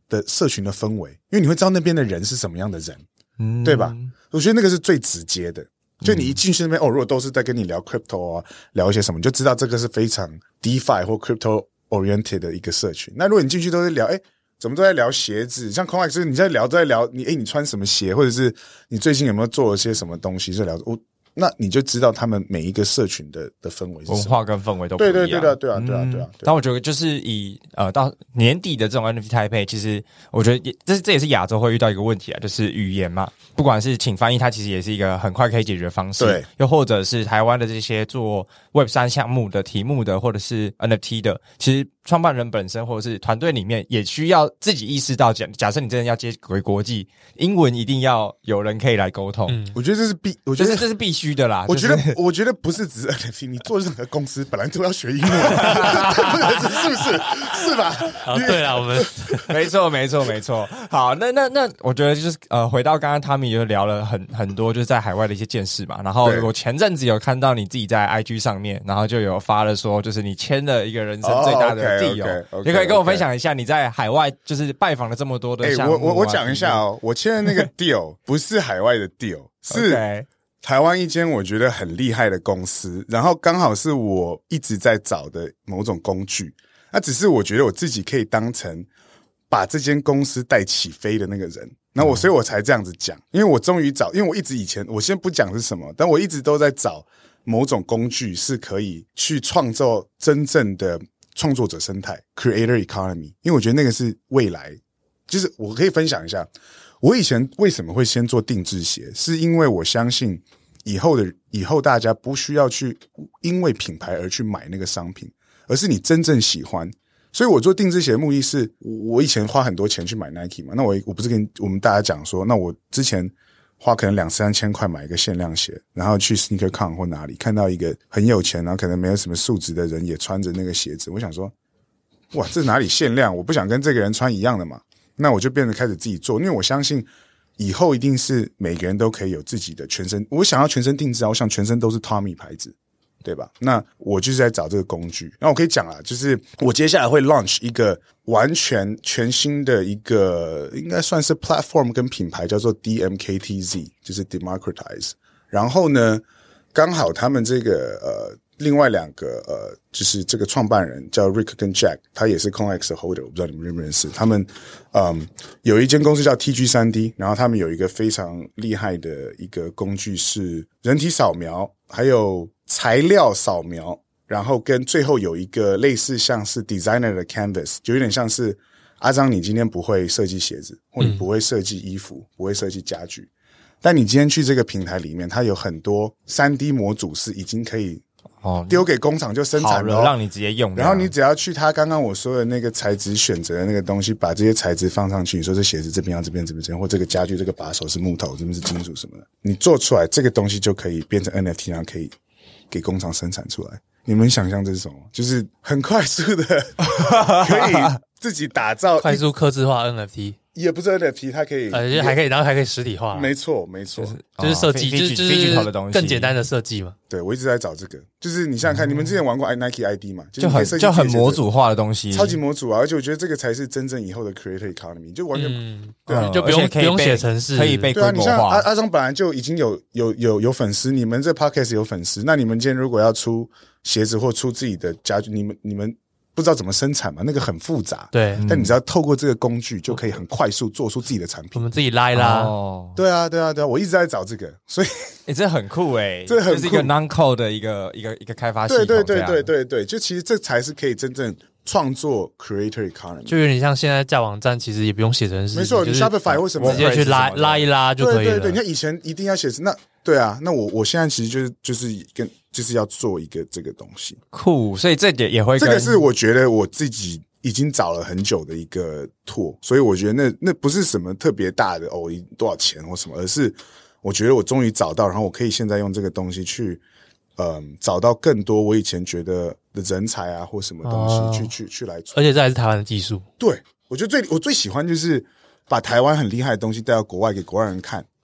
的社群的氛围，因为你会知道那边的人是什么样的人，嗯，对吧？我觉得那个是最直接的。就你一进去那边、嗯、哦，如果都是在跟你聊 crypto 啊，聊一些什么，你就知道这个是非常 DeFi 或 crypto oriented 的一个社群。那如果你进去都是聊，哎，怎么都在聊鞋子，像 Coinex 你在聊都在聊你，哎，你穿什么鞋，或者是你最近有没有做了些什么东西，就聊我。那你就知道他们每一个社群的的氛围是什么， 文化跟氛围都不一样。 对对对对啊对啊对啊对啊。 但我觉得就是以呃到年底的这种 N F T 台北，其实我觉得也这这也是亚洲会遇到一个问题啊，就是语言嘛，不管是请翻译，它其实也是一个很快可以解决的方式。 对， 又或者是台湾的这些做 Web 三 项目的题目的，或者是 N F T 的，其实创办人本身或者是团队里面也需要自己意识到，假假设你真的要接轨国际，英文一定要有人可以来沟通。嗯， 我觉得这是必，我觉得这是这是必须的啦。 我觉得、就是、我觉得不是只是 N F T， 你做任何公司本来都要学英文，是不是？是吧？ 好，对啦，我们没错没错没错。好，那那那我觉得就是呃，回到刚刚他们也聊了很很多，就是在海外的一些见识嘛。然后我前阵子有看到你自己在 I G 上面，然后就有发了说，就是你签了一个人生最大的地友， oh, okay, okay, okay, 你可以跟我分享一下你在海外就是拜访了这么多的项目、啊欸、我我我讲一下哦，我签的那个 deal 不是海外的 deal， 是台湾一间我觉得很厉害的公司，然后刚好是我一直在找的某种工具，那只是我觉得我自己可以当成把这间公司带起飞的那个人，那我所以我才这样子讲，因为我终于找，因为我一直以前我先不讲是什么，但我一直都在找某种工具是可以去创造真正的创作者生态 creator economy， 因为我觉得那个是未来，就是我可以分享一下我以前为什么会先做定制鞋，是因为我相信以后的以后大家不需要去因为品牌而去买那个商品，而是你真正喜欢。所以我做定制鞋的目的是，我以前花很多钱去买 Nike 嘛，那我我不是跟我们大家讲说，那我之前花可能两三千块买一个限量鞋，然后去 SneakerCon 或哪里看到一个很有钱然后可能没有什么素质的人也穿着那个鞋子，我想说哇这哪里限量，我不想跟这个人穿一样的嘛，那我就变得开始自己做，因为我相信以后一定是每个人都可以有自己的全身，我想要全身定制啊，我想全身都是 Tommy 牌子，对吧？那我就是在找这个工具。那我可以讲啦，就是我接下来会 launch 一个完全全新的一个应该算是 platform 跟品牌，叫做 D M K T Z， 就是 democratize。然后呢，刚好他们这个呃另外两个呃就是这个创办人叫 Rick 跟 Jack， 他也是 Coinex 的 holder， 我不知道你们认不认识。他们嗯有一间公司叫 T G 三 D， 然后他们有一个非常厉害的一个工具是人体扫描，还有材料扫描，然后跟最后有一个类似像是 designer 的 canvas， 就有点像是阿张你今天不会设计鞋子，或你不会设计衣服、嗯、不会设计家具，但你今天去这个平台里面，它有很多 三 D 模组是已经可以丢给工厂就生产了、哦、 让你直接用， 然后你只要去他刚刚我说的那个材质选择的那个东西，把这些材质放上去，你说这鞋子这边要这边这边这边，或这个家具这个把手是木头这边是金属什么的，你做出来这个东西就可以变成 N F T， 然后可以给工厂生产出来。你们想象这是什么？就是很快速的可以自己打造快速客制化 N F T， 也不是 N F T， 它可以而且还可以，然后还可以实体化。 没错没错， 就是就是设计，就是就是更简单的设计嘛。 对，我一直在找这个，就是你想想看、嗯、你们之前玩过 Nike I D 嘛， 就很就很模组化的东西， 超级模组啊！而且我觉得这个才是真正以后的 creator economy， 就完全、嗯、对啊， 就不用不用写程式， 可以被规模化。 对啊，你像阿阿张本来就已经有有有有粉丝，你们这 podcast 有粉丝，那你们今天如果要出鞋子或出自己的家具，你们你们不知道怎么生产嘛？那个很复杂， 对。 但你只要透过这个工具，就可以很快速做出自己的产品。 我们自己拉一拉， 哦、对啊，对啊，对啊！我一直在找这个，所以诶、欸，这很酷诶、欸， 这很酷， 就是一个 non-code 的一个一个一个开发系统。 对对对对对对，就其实这才是可以真正创作 creator economy， 就有点像现在架网站，其实也不用写程式， 没错，你 Shopify 为什么直接去拉拉一拉就可以了？ 对对对，你看以前一定要写，那对啊，那我我现在其实就是就是跟。就是要做一个这个东西， 酷，所以这点也会跟这个是我觉得我自己已经找了很久的一个拓，所以我觉得那那不是什么特别大的哦，多少钱或什么，而是我觉得我终于找到，然后我可以现在用这个东西去，嗯，找到更多我以前觉得的人才啊或什么东西、哦、去去去来做， 而且这还是台湾的技术。 对，我觉得最我最喜欢就是把台湾很厉害的东西带到国外给国外人看。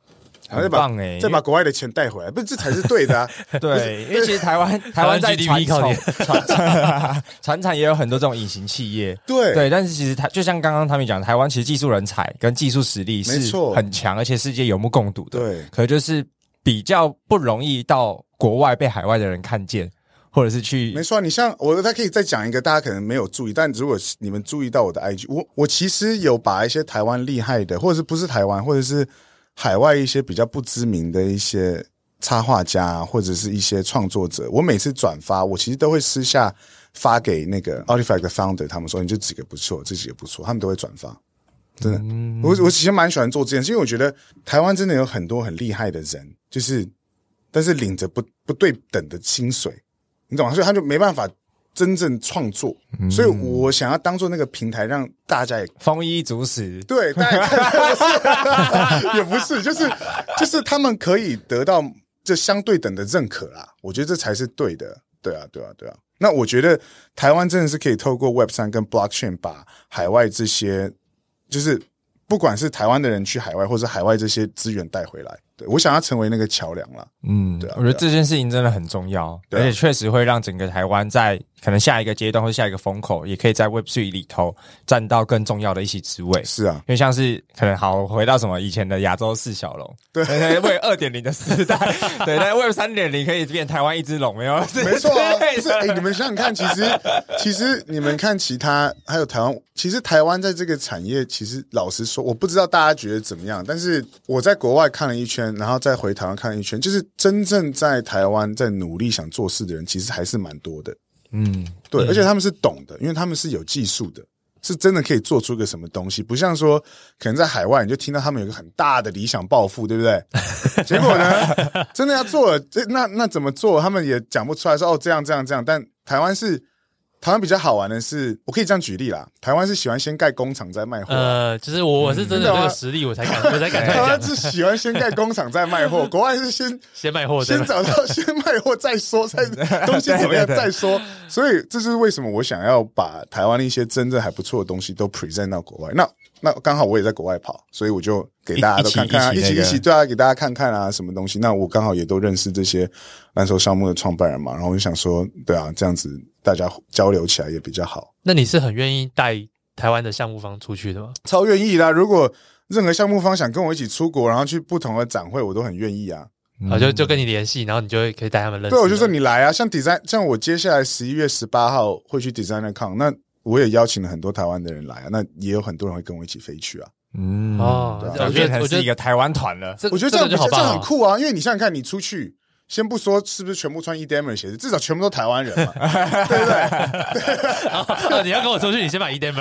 然后再把、 欸、 再把国外的钱带回来，不是这才是对的啊！ 对，因为其实台湾台湾在 G D P 靠你传产也有很多这种隐形企业， 对对，但是其实台就像刚刚他们讲，台湾其实技术人才跟技术实力是很强，而且世界有目共睹的。 对， 可是就是比较不容易到国外被海外的人看见。或者是去没错，你像我，他可以再讲一个大家可能没有注意，但如果你们注意到我的 I G， 我我其实有把一些台湾厉害的，或者是不是台湾，或者是海外一些比较不知名的一些插画家，或者是一些创作者，我每次转发，我其实都会私下发给那个 Artifact 的 founder， 他们说你这几个不错，这几个不错，他们都会转发。真的，嗯、我我其实蛮喜欢做这件事，因为我觉得台湾真的有很多很厉害的人，就是但是领着不不对等的薪水。你懂吗？所以他就没办法真正创作，嗯、所以我想要当做那个平台，让大家也丰衣足食。 对，大家看也不是，就是就是他们可以得到这相对等的认可啦。我觉得这才是对的。对啊，对啊，对啊。那我觉得台湾真的是可以透过 Web 三 跟 Blockchain 把海外这些，就是不管是台湾的人去海外，或者海外这些资源带回来。对，我想要成为那个桥梁啦。 嗯，对、啊，我觉得这件事情真的很重要，而且确实会让整个台湾在可能下一个阶段或下一个风口，也可以在 Web 三 里头占到更重要的一席之位。 是啊， 因为像是可能好回到什么以前的亚洲四小龙， 对， 为 二点零 的时代，对，但 Web 三点零 可以变台湾一只龙，没有？ 没错啊，不是，哎、欸，你们想想看，其实其实你们看其他还有台湾，其实台湾在这个产业，其实老实说，我不知道大家觉得怎么样，但是我在国外看了一圈。然后再回台湾看一圈，就是真正在台湾在努力想做事的人，其实还是蛮多的。嗯，对，嗯、而且他们是懂的，因为他们是有技术的，是真的可以做出个什么东西，不像说可能在海外你就听到他们有个很大的理想抱负，对不对？结果呢，真的要做了，那那怎么做？他们也讲不出来说哦这样这样这样，但台湾是。台湾比较好玩的是，我可以这样举例啦。台湾是喜欢先盖工厂再卖货、啊， 呃，就是我我是真的有这个实力，我才敢，我才敢。 台湾是喜欢先盖工厂再卖货，国外是先先卖货， 先找到先卖货再说，再东西怎么样再说。所以这是为什么我想要把台湾一些真正还不错的东西都 present 到国外。那那刚好我也在国外跑，所以我就给大家都看看啊，一起一起对啊，给大家看看啊，什么东西。那我刚好也都认识这些蓝筹项目的创办人嘛，然后我就想说，对啊，这样子。大家交流起来也比较好。 那你是很愿意带台湾的项目方出去的吗？ 超愿意啦！如果任何项目方想跟我一起出国，然后去不同的展会，我都很愿意啊。 好、嗯，就就跟你联系，然后你就会可以带他们认识。 对，我就说你来啊，像 design， 像我接下来十一月十八号会去 DesignerCon， 那我也邀请了很多台湾的人来啊，那也有很多人会跟我一起飞去啊。 嗯哦，对啊、我觉得我是一个台湾团了。 我觉得这样就好棒、哦， 这样很酷啊，因为你想想看，你出去。先不说是不是全部穿 E D M 的鞋子，至少全部都台湾人嘛，对不对？ 哦，你要跟我出去，你先买 E D M。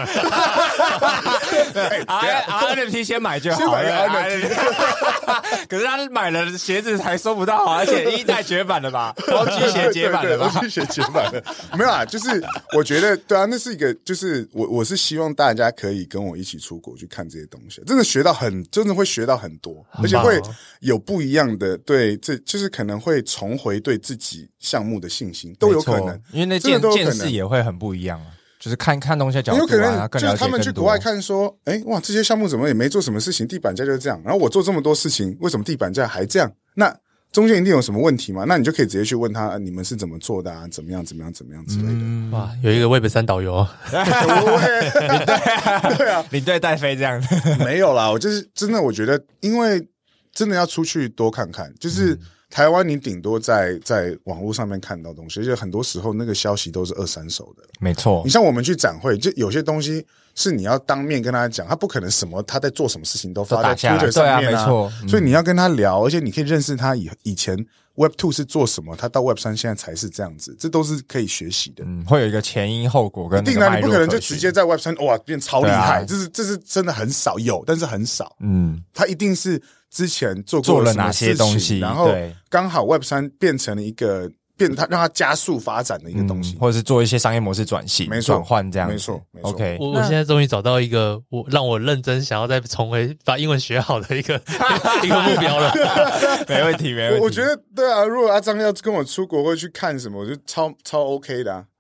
R N F T 先买就好了。R N F T， 可是他买了鞋子还收不到，而且一代绝版的吧？O G 鞋绝版的吧 ？O G 鞋绝版的，没有啊，就是我觉得对啊，那是一个，就是我我是希望大家可以跟我一起出国去看这些东西，真的学到很，真的会学到很多，而且会有不一样的对，这就是可能会。重回对自己项目的信心都有可能， 因为那见见识也会很不一样啊。就是看看东西的角度、啊， 有可能就是他们去国外看说，哎、欸，哇，这些项目怎么也没做什么事情，地板价就是这样。然后我做这么多事情，为什么地板价还这样？那中间一定有什么问题嘛？那你就可以直接去问他，啊、你们是怎么做的啊？怎么样？怎么样？怎么样之类的？嗯、 哇，有一个 Web 三导游， 对啊， 领队带飞这样没有啦。我就是真的，我觉得，因为真的要出去多看看，就是。嗯台湾你顶多在在网络上面看到东西，而且很多时候那个消息都是二三手的。 没错， 你像我们去展会，就有些东西是你要当面跟他讲，他不可能什么他在做什么事情都发在 Twitter 上面啊， 没错。 所以你要跟他聊，而且你可以认识他以以前 Web 二 是做什么，他到 Web 三 现在才是这样子，这都是可以学习的。 嗯，会有一个前因后果跟那个脉络可循。一定啊， 你不可能就直接在 Web 三 哇变超厉害，啊、这是这是真的很少有，但是很少。嗯，他一定是。之前做过了哪些东西， 然后刚好 Web 三 变成了一个变，它让它加速发展的一个东西， 嗯、或者是做一些商业模式转型、 没错转换这样子。 没错，没错。 OK， 我我现在终于找到一个我让我认真想要再重回把英文学好的一个一个目标了。 没问题，没问题。 我, 我觉得对啊，如果阿张要跟我出国会去看什么，我就超超 OK 的啊。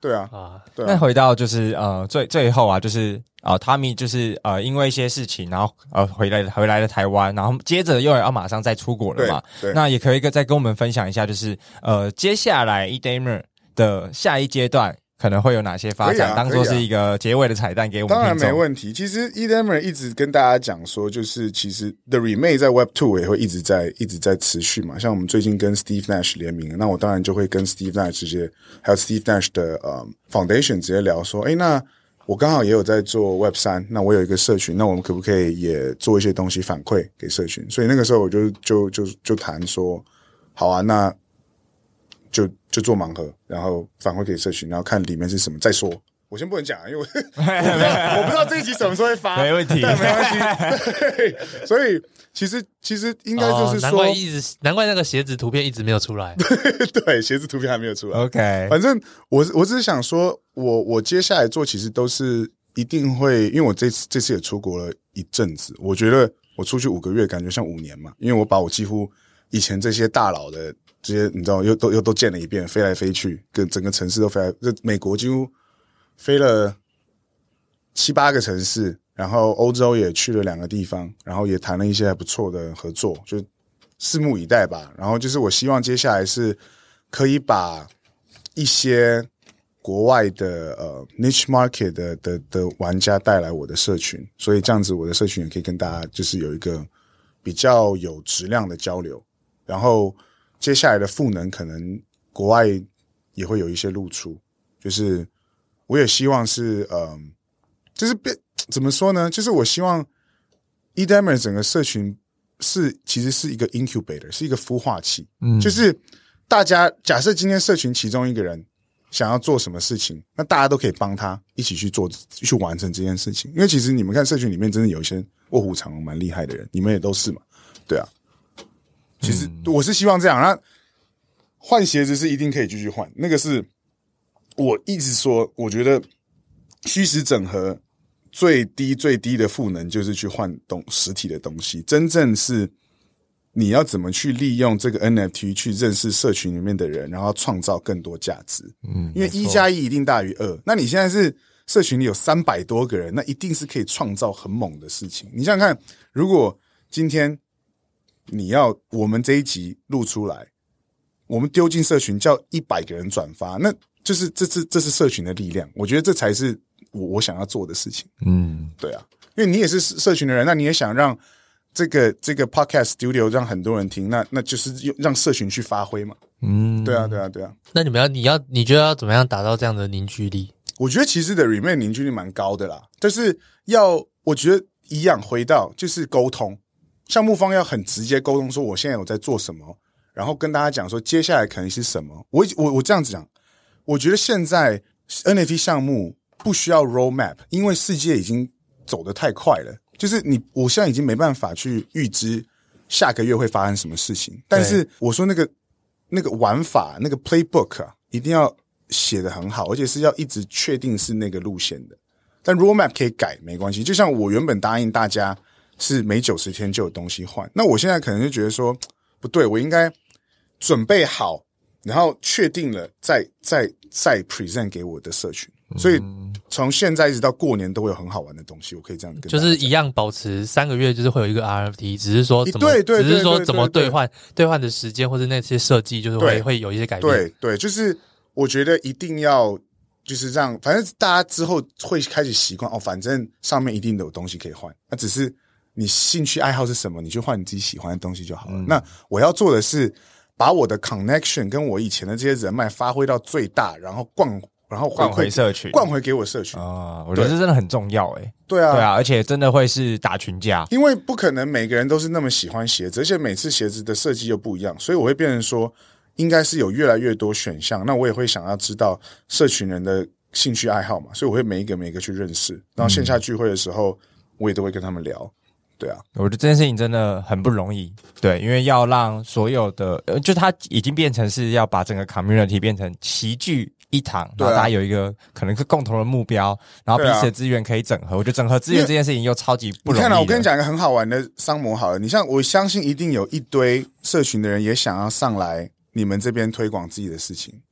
对啊，啊，对啊。 那回到就是呃最最后啊，就是啊，Tommy就是呃因为一些事情，然后呃回来回来了台湾，然后接着又要马上再出国了嘛。 对。对， 那也可以再跟我们分享一下，就是呃接下来 Edamer 的下一阶段可能会有哪些发展，啊、当做是一个结尾的彩蛋给我们。 当然没问题。其实 Edamer 一直跟大家讲说，就是其实 The Remake 在 Web 二 也会一直在一直在持续嘛。像我们最近跟 Steve Nash 联名，那我当然就会跟 Steve Nash 直接，还有 Steve Nash 的呃 Foundation 直接聊说，哎，那我刚好也有在做 Web 三，那我有一个社群，那我们可不可以也做一些东西反馈给社群？所以那个时候我就就就就谈说，好啊，那就就做盲盒，然后反馈给社群，然后看里面是什么再说。我先不能讲，因为我我不知道我不知道这一集什么时候会发， 没问题， 没关系。对，所以其实其实应该就是说， 哦、难怪一直难怪那个鞋子图片一直没有出来。 对，鞋子图片还没有出来。 OK， 反正我我只是想说，我我接下来做其实都是一定会，因为我这次这次也出国了一阵子，我觉得我出去五个月，感觉像五年嘛，因为我把我几乎以前这些大佬的这些你知道又都又都见了一遍，飞来飞去，跟整个城市都飞来，这美国几乎飞了七八个城市，然后欧洲也去了两个地方，然后也谈了一些还不错的合作，就拭目以待吧。然后就是我希望接下来是可以把一些国外的呃 niche market 的的的玩家带来我的社群，所以这样子我的社群也可以跟大家就是有一个比较有质量的交流。然后接下来的赋能可能国外也会有一些露出，就是我也希望是呃，就是变怎么说呢？就是我希望 Edamer 整个社群是其实是一个 incubator， 是一个孵化器。嗯，就是大家假设今天社群其中一个人想要做什么事情，那大家都可以帮他一起去做，去完成这件事情。因为其实你们看社群里面真的有一些卧虎藏龙蛮厉害的人，你们也都是嘛，对啊。其实我是希望这样，那换鞋子是一定可以继续换，那个是我一直说，我觉得虚实整合最低最低的赋能就是去换东实体的东西，真正是你要怎么去利用这个 N F T 去认识社群里面的人，然后创造更多价值。嗯，因为一加一一定大于二，那你现在是社群里有三百多个人，那一定是可以创造很猛的事情。你想想看，如果今天你要我们这一集录出来，我们丢进社群叫一百个人转发，那就是这是这是社群的力量，我觉得这才是我我想要做的事情。嗯，对啊，因为你也是社群的人，那你也想让这个这个 podcast studio 让很多人听，那那就是让社群去发挥嘛。嗯，对啊，对啊，对啊。 那你们要你要你觉得要怎么样达到这样的凝聚力？ 我觉得其实的 Remake 凝聚力蛮高的啦，就是要我觉得一样回到就是沟通。项目方要很直接沟通说我现在有在做什么，然后跟大家讲说接下来可能是什么。我我我这样子讲，我觉得现在 N F T 项目不需要 roadmap， 因为世界已经走得太快了。就是你，我现在已经没办法去预知下个月会发生什么事情。但是我说那个那个玩法，那个 playbook 啊，一定要写得很好，而且是要一直确定是那个路线的。但 roadmap 可以改，没关系。就像我原本答应大家。是每九十天就有东西换，那我现在可能就觉得说不对，我应该准备好，然后确定了再再再 present 给我的社群。所以从现在一直到过年都会有很好玩的东西，我可以这样跟大家就是一样保持三个月，就是会有一个 R F T， 只是说怎么对对对对对对只是说怎么兑换兑换的时间或者那些设计，就是会会有一些改变。 对对，就是我觉得一定要。就是让反正大家之后会开始习惯哦，反正上面一定有东西可以换，那只是你兴趣爱好是什么，你去换你自己喜欢的东西就好了。嗯、那我要做的是把我的 connection 跟我以前的这些人脉发挥到最大，然后灌，然后灌回社群， 灌回给我社群啊、哦！我觉得这真的很重要诶。 对啊， 对啊，而且真的会是打群架， 因为不可能每个人都是那么喜欢鞋子，而且每次鞋子的设计又不一样，所以我会变成说。应该是有越来越多选项，那我也会想要知道社群人的兴趣爱好嘛，所以我会每一个每一个去认识，然后线下聚会的时候我也都会跟他们聊。对啊， 我觉得这件事情真的很不容易，对，因为要让所有的呃，就它已经变成是要把整个 community 变成齐聚一堂，然后大家有一个可能是共同的目标，然后彼此的资源可以整合。我觉得整合资源这件事情又超级不容易。 你看啊，我跟你讲一个很好玩的商模好了，你像我相信一定有一堆社群的人也想要上来。你们这边推广自己的事情，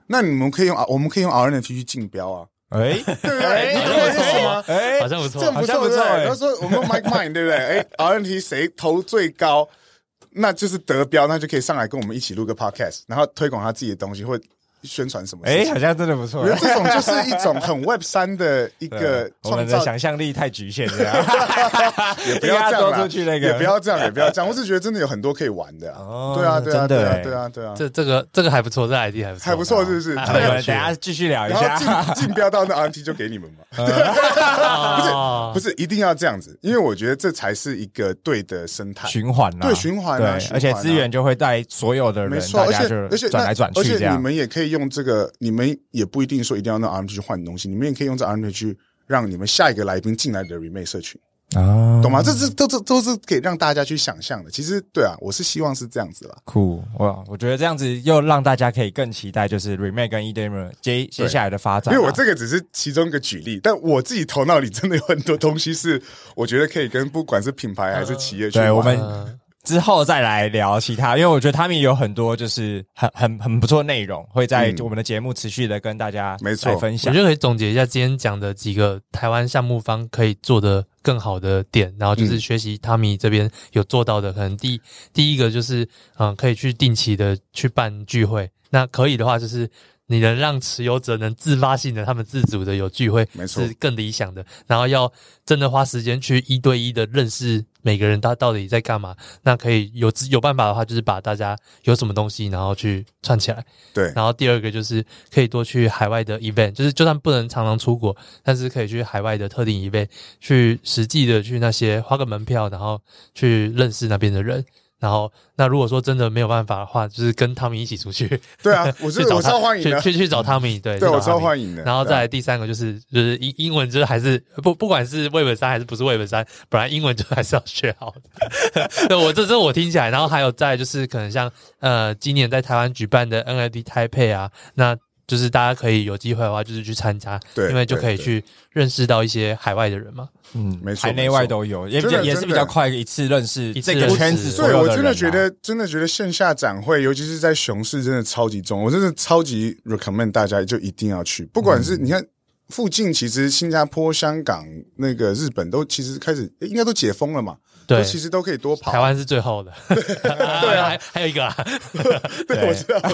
那你们可以用我们可以用 R N F T 去竞标啊。 哎， 对不对？你懂我意思吗？ 哎， 好像不错， 这不错，对不对？然后说我们用 Mike Mine， 对不对？哎 ，R N F T 谁投最高，那就是得标，那就可以上来跟我们一起录个 podcast， 然后推广他自己的东西，或宣传什么事情。 哎，好像真的不错。 我觉得这种就是一种很 Web 三的一个创造， 我们的想象力太局限了， 也不要这样啦， 出去那个， 也不要这样，也不要这样。我是觉得真的有很多可以玩的啊。哦，对啊，对啊，对啊，对啊，对啊。 这这个这个还不错，这 I D 还不错， 还不错，是不是？ 我们等一下继续聊一下。 然后竞竞标到那 R N F T 就给你们嘛。不是不是，一定要这样子，因为我觉得这才是一个对的生态循环啊， 对循环啊， 而且资源就会带所有的人， 没错，而且而且转来转去， 而且你们也可以用这个。你们也不一定说一定要用 R N F T 去换东西，你们也可以用这 R N F T 去让你们下一个来宾进来的 remake 社群啊，懂吗？这是都这都是可以让大家去想象的。其实对啊，我是希望是这样子啦。 酷哇，我觉得这样子又让大家可以更期待，就是 remake 跟 eDamer 接接下来的发展。 因为我这个只是其中一个举例，但我自己头脑里真的有很多东西是我觉得可以跟不管是品牌还是企业去玩。 对我们。之后再来聊其他，因为我觉得他们有很多就是很很很不错的内容，会在我们的节目持续的跟大家来分享。 我觉得可以总结一下今天讲的几个台湾项目方可以做的更好的点，然后就是学习汤米这边有做到的。可能第第一个就是嗯，可以去定期的去办聚会，那可以的话就是你能让持有者能自发性的他们自主的有聚会，是更理想的。然后要真的花时间去一对一的认识每个人他到底在干嘛，那可以有有办法的话，就是把大家有什么东西，然后去串起来。 对。 然后第二个就是可以多去海外的 event， 就是就算不能常常出国，但是可以去海外的特定 event， 去实际的去那些花个门票，然后去认识那边的人。然后，那如果说真的没有办法的话，就是跟汤米一起出去。 对啊，我是我超欢迎的， 去去去找汤米，对， 对我超欢迎的。 然后再来第三个就是就是英英文，就是还是不不管是 Web 三还是不是 Web 三，本来英文就还是要学好的。对，我这是我听起来，然后还有再来就是可能像呃今年在台湾举办的 N F T Taipei啊，那就是大家可以有机会的话，就是去参加， 对， 因为就可以去认识到一些海外的人嘛。 嗯， 没错， 海内外都有，也比较也是比较快一次认识这个圈子所有的人、啊。 对，我真的觉得，真的觉得线下展会，尤其是在熊市，真的超级重。我真的超级 recommend 大家就一定要去，不管是、嗯、你看附近，其实新加坡、香港、那个日本都其实开始应该都解封了嘛。对，其实都可以多跑。 台湾是最后的， 对啊， 还还有一个啊， 对，我知道。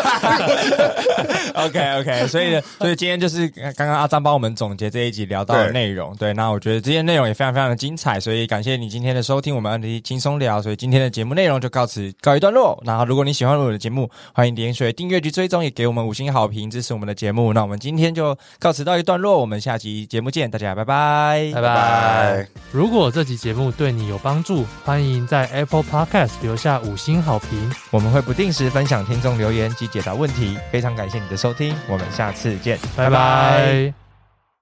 OK OK， 所以所以今天就是刚刚阿璋帮我们总结这一集聊到的内容，对，那我觉得这些内容也非常非常的精彩，所以感谢你今天的收听，我们 N F T 轻松聊，所以今天的节目内容就到此告一段落。然后如果你喜欢我们的节目，欢迎点选订阅及追踪，也给我们五星好评支持我们的节目。那我们今天就告辞到一段落，我们下期节目见，大家拜拜， 拜拜。如果这集节目对你有帮助，欢迎在 Apple Podcast 留下五星好评， 我们会不定时分享听众留言及解答问题。非常感谢你的收听，我们下次见， 拜拜。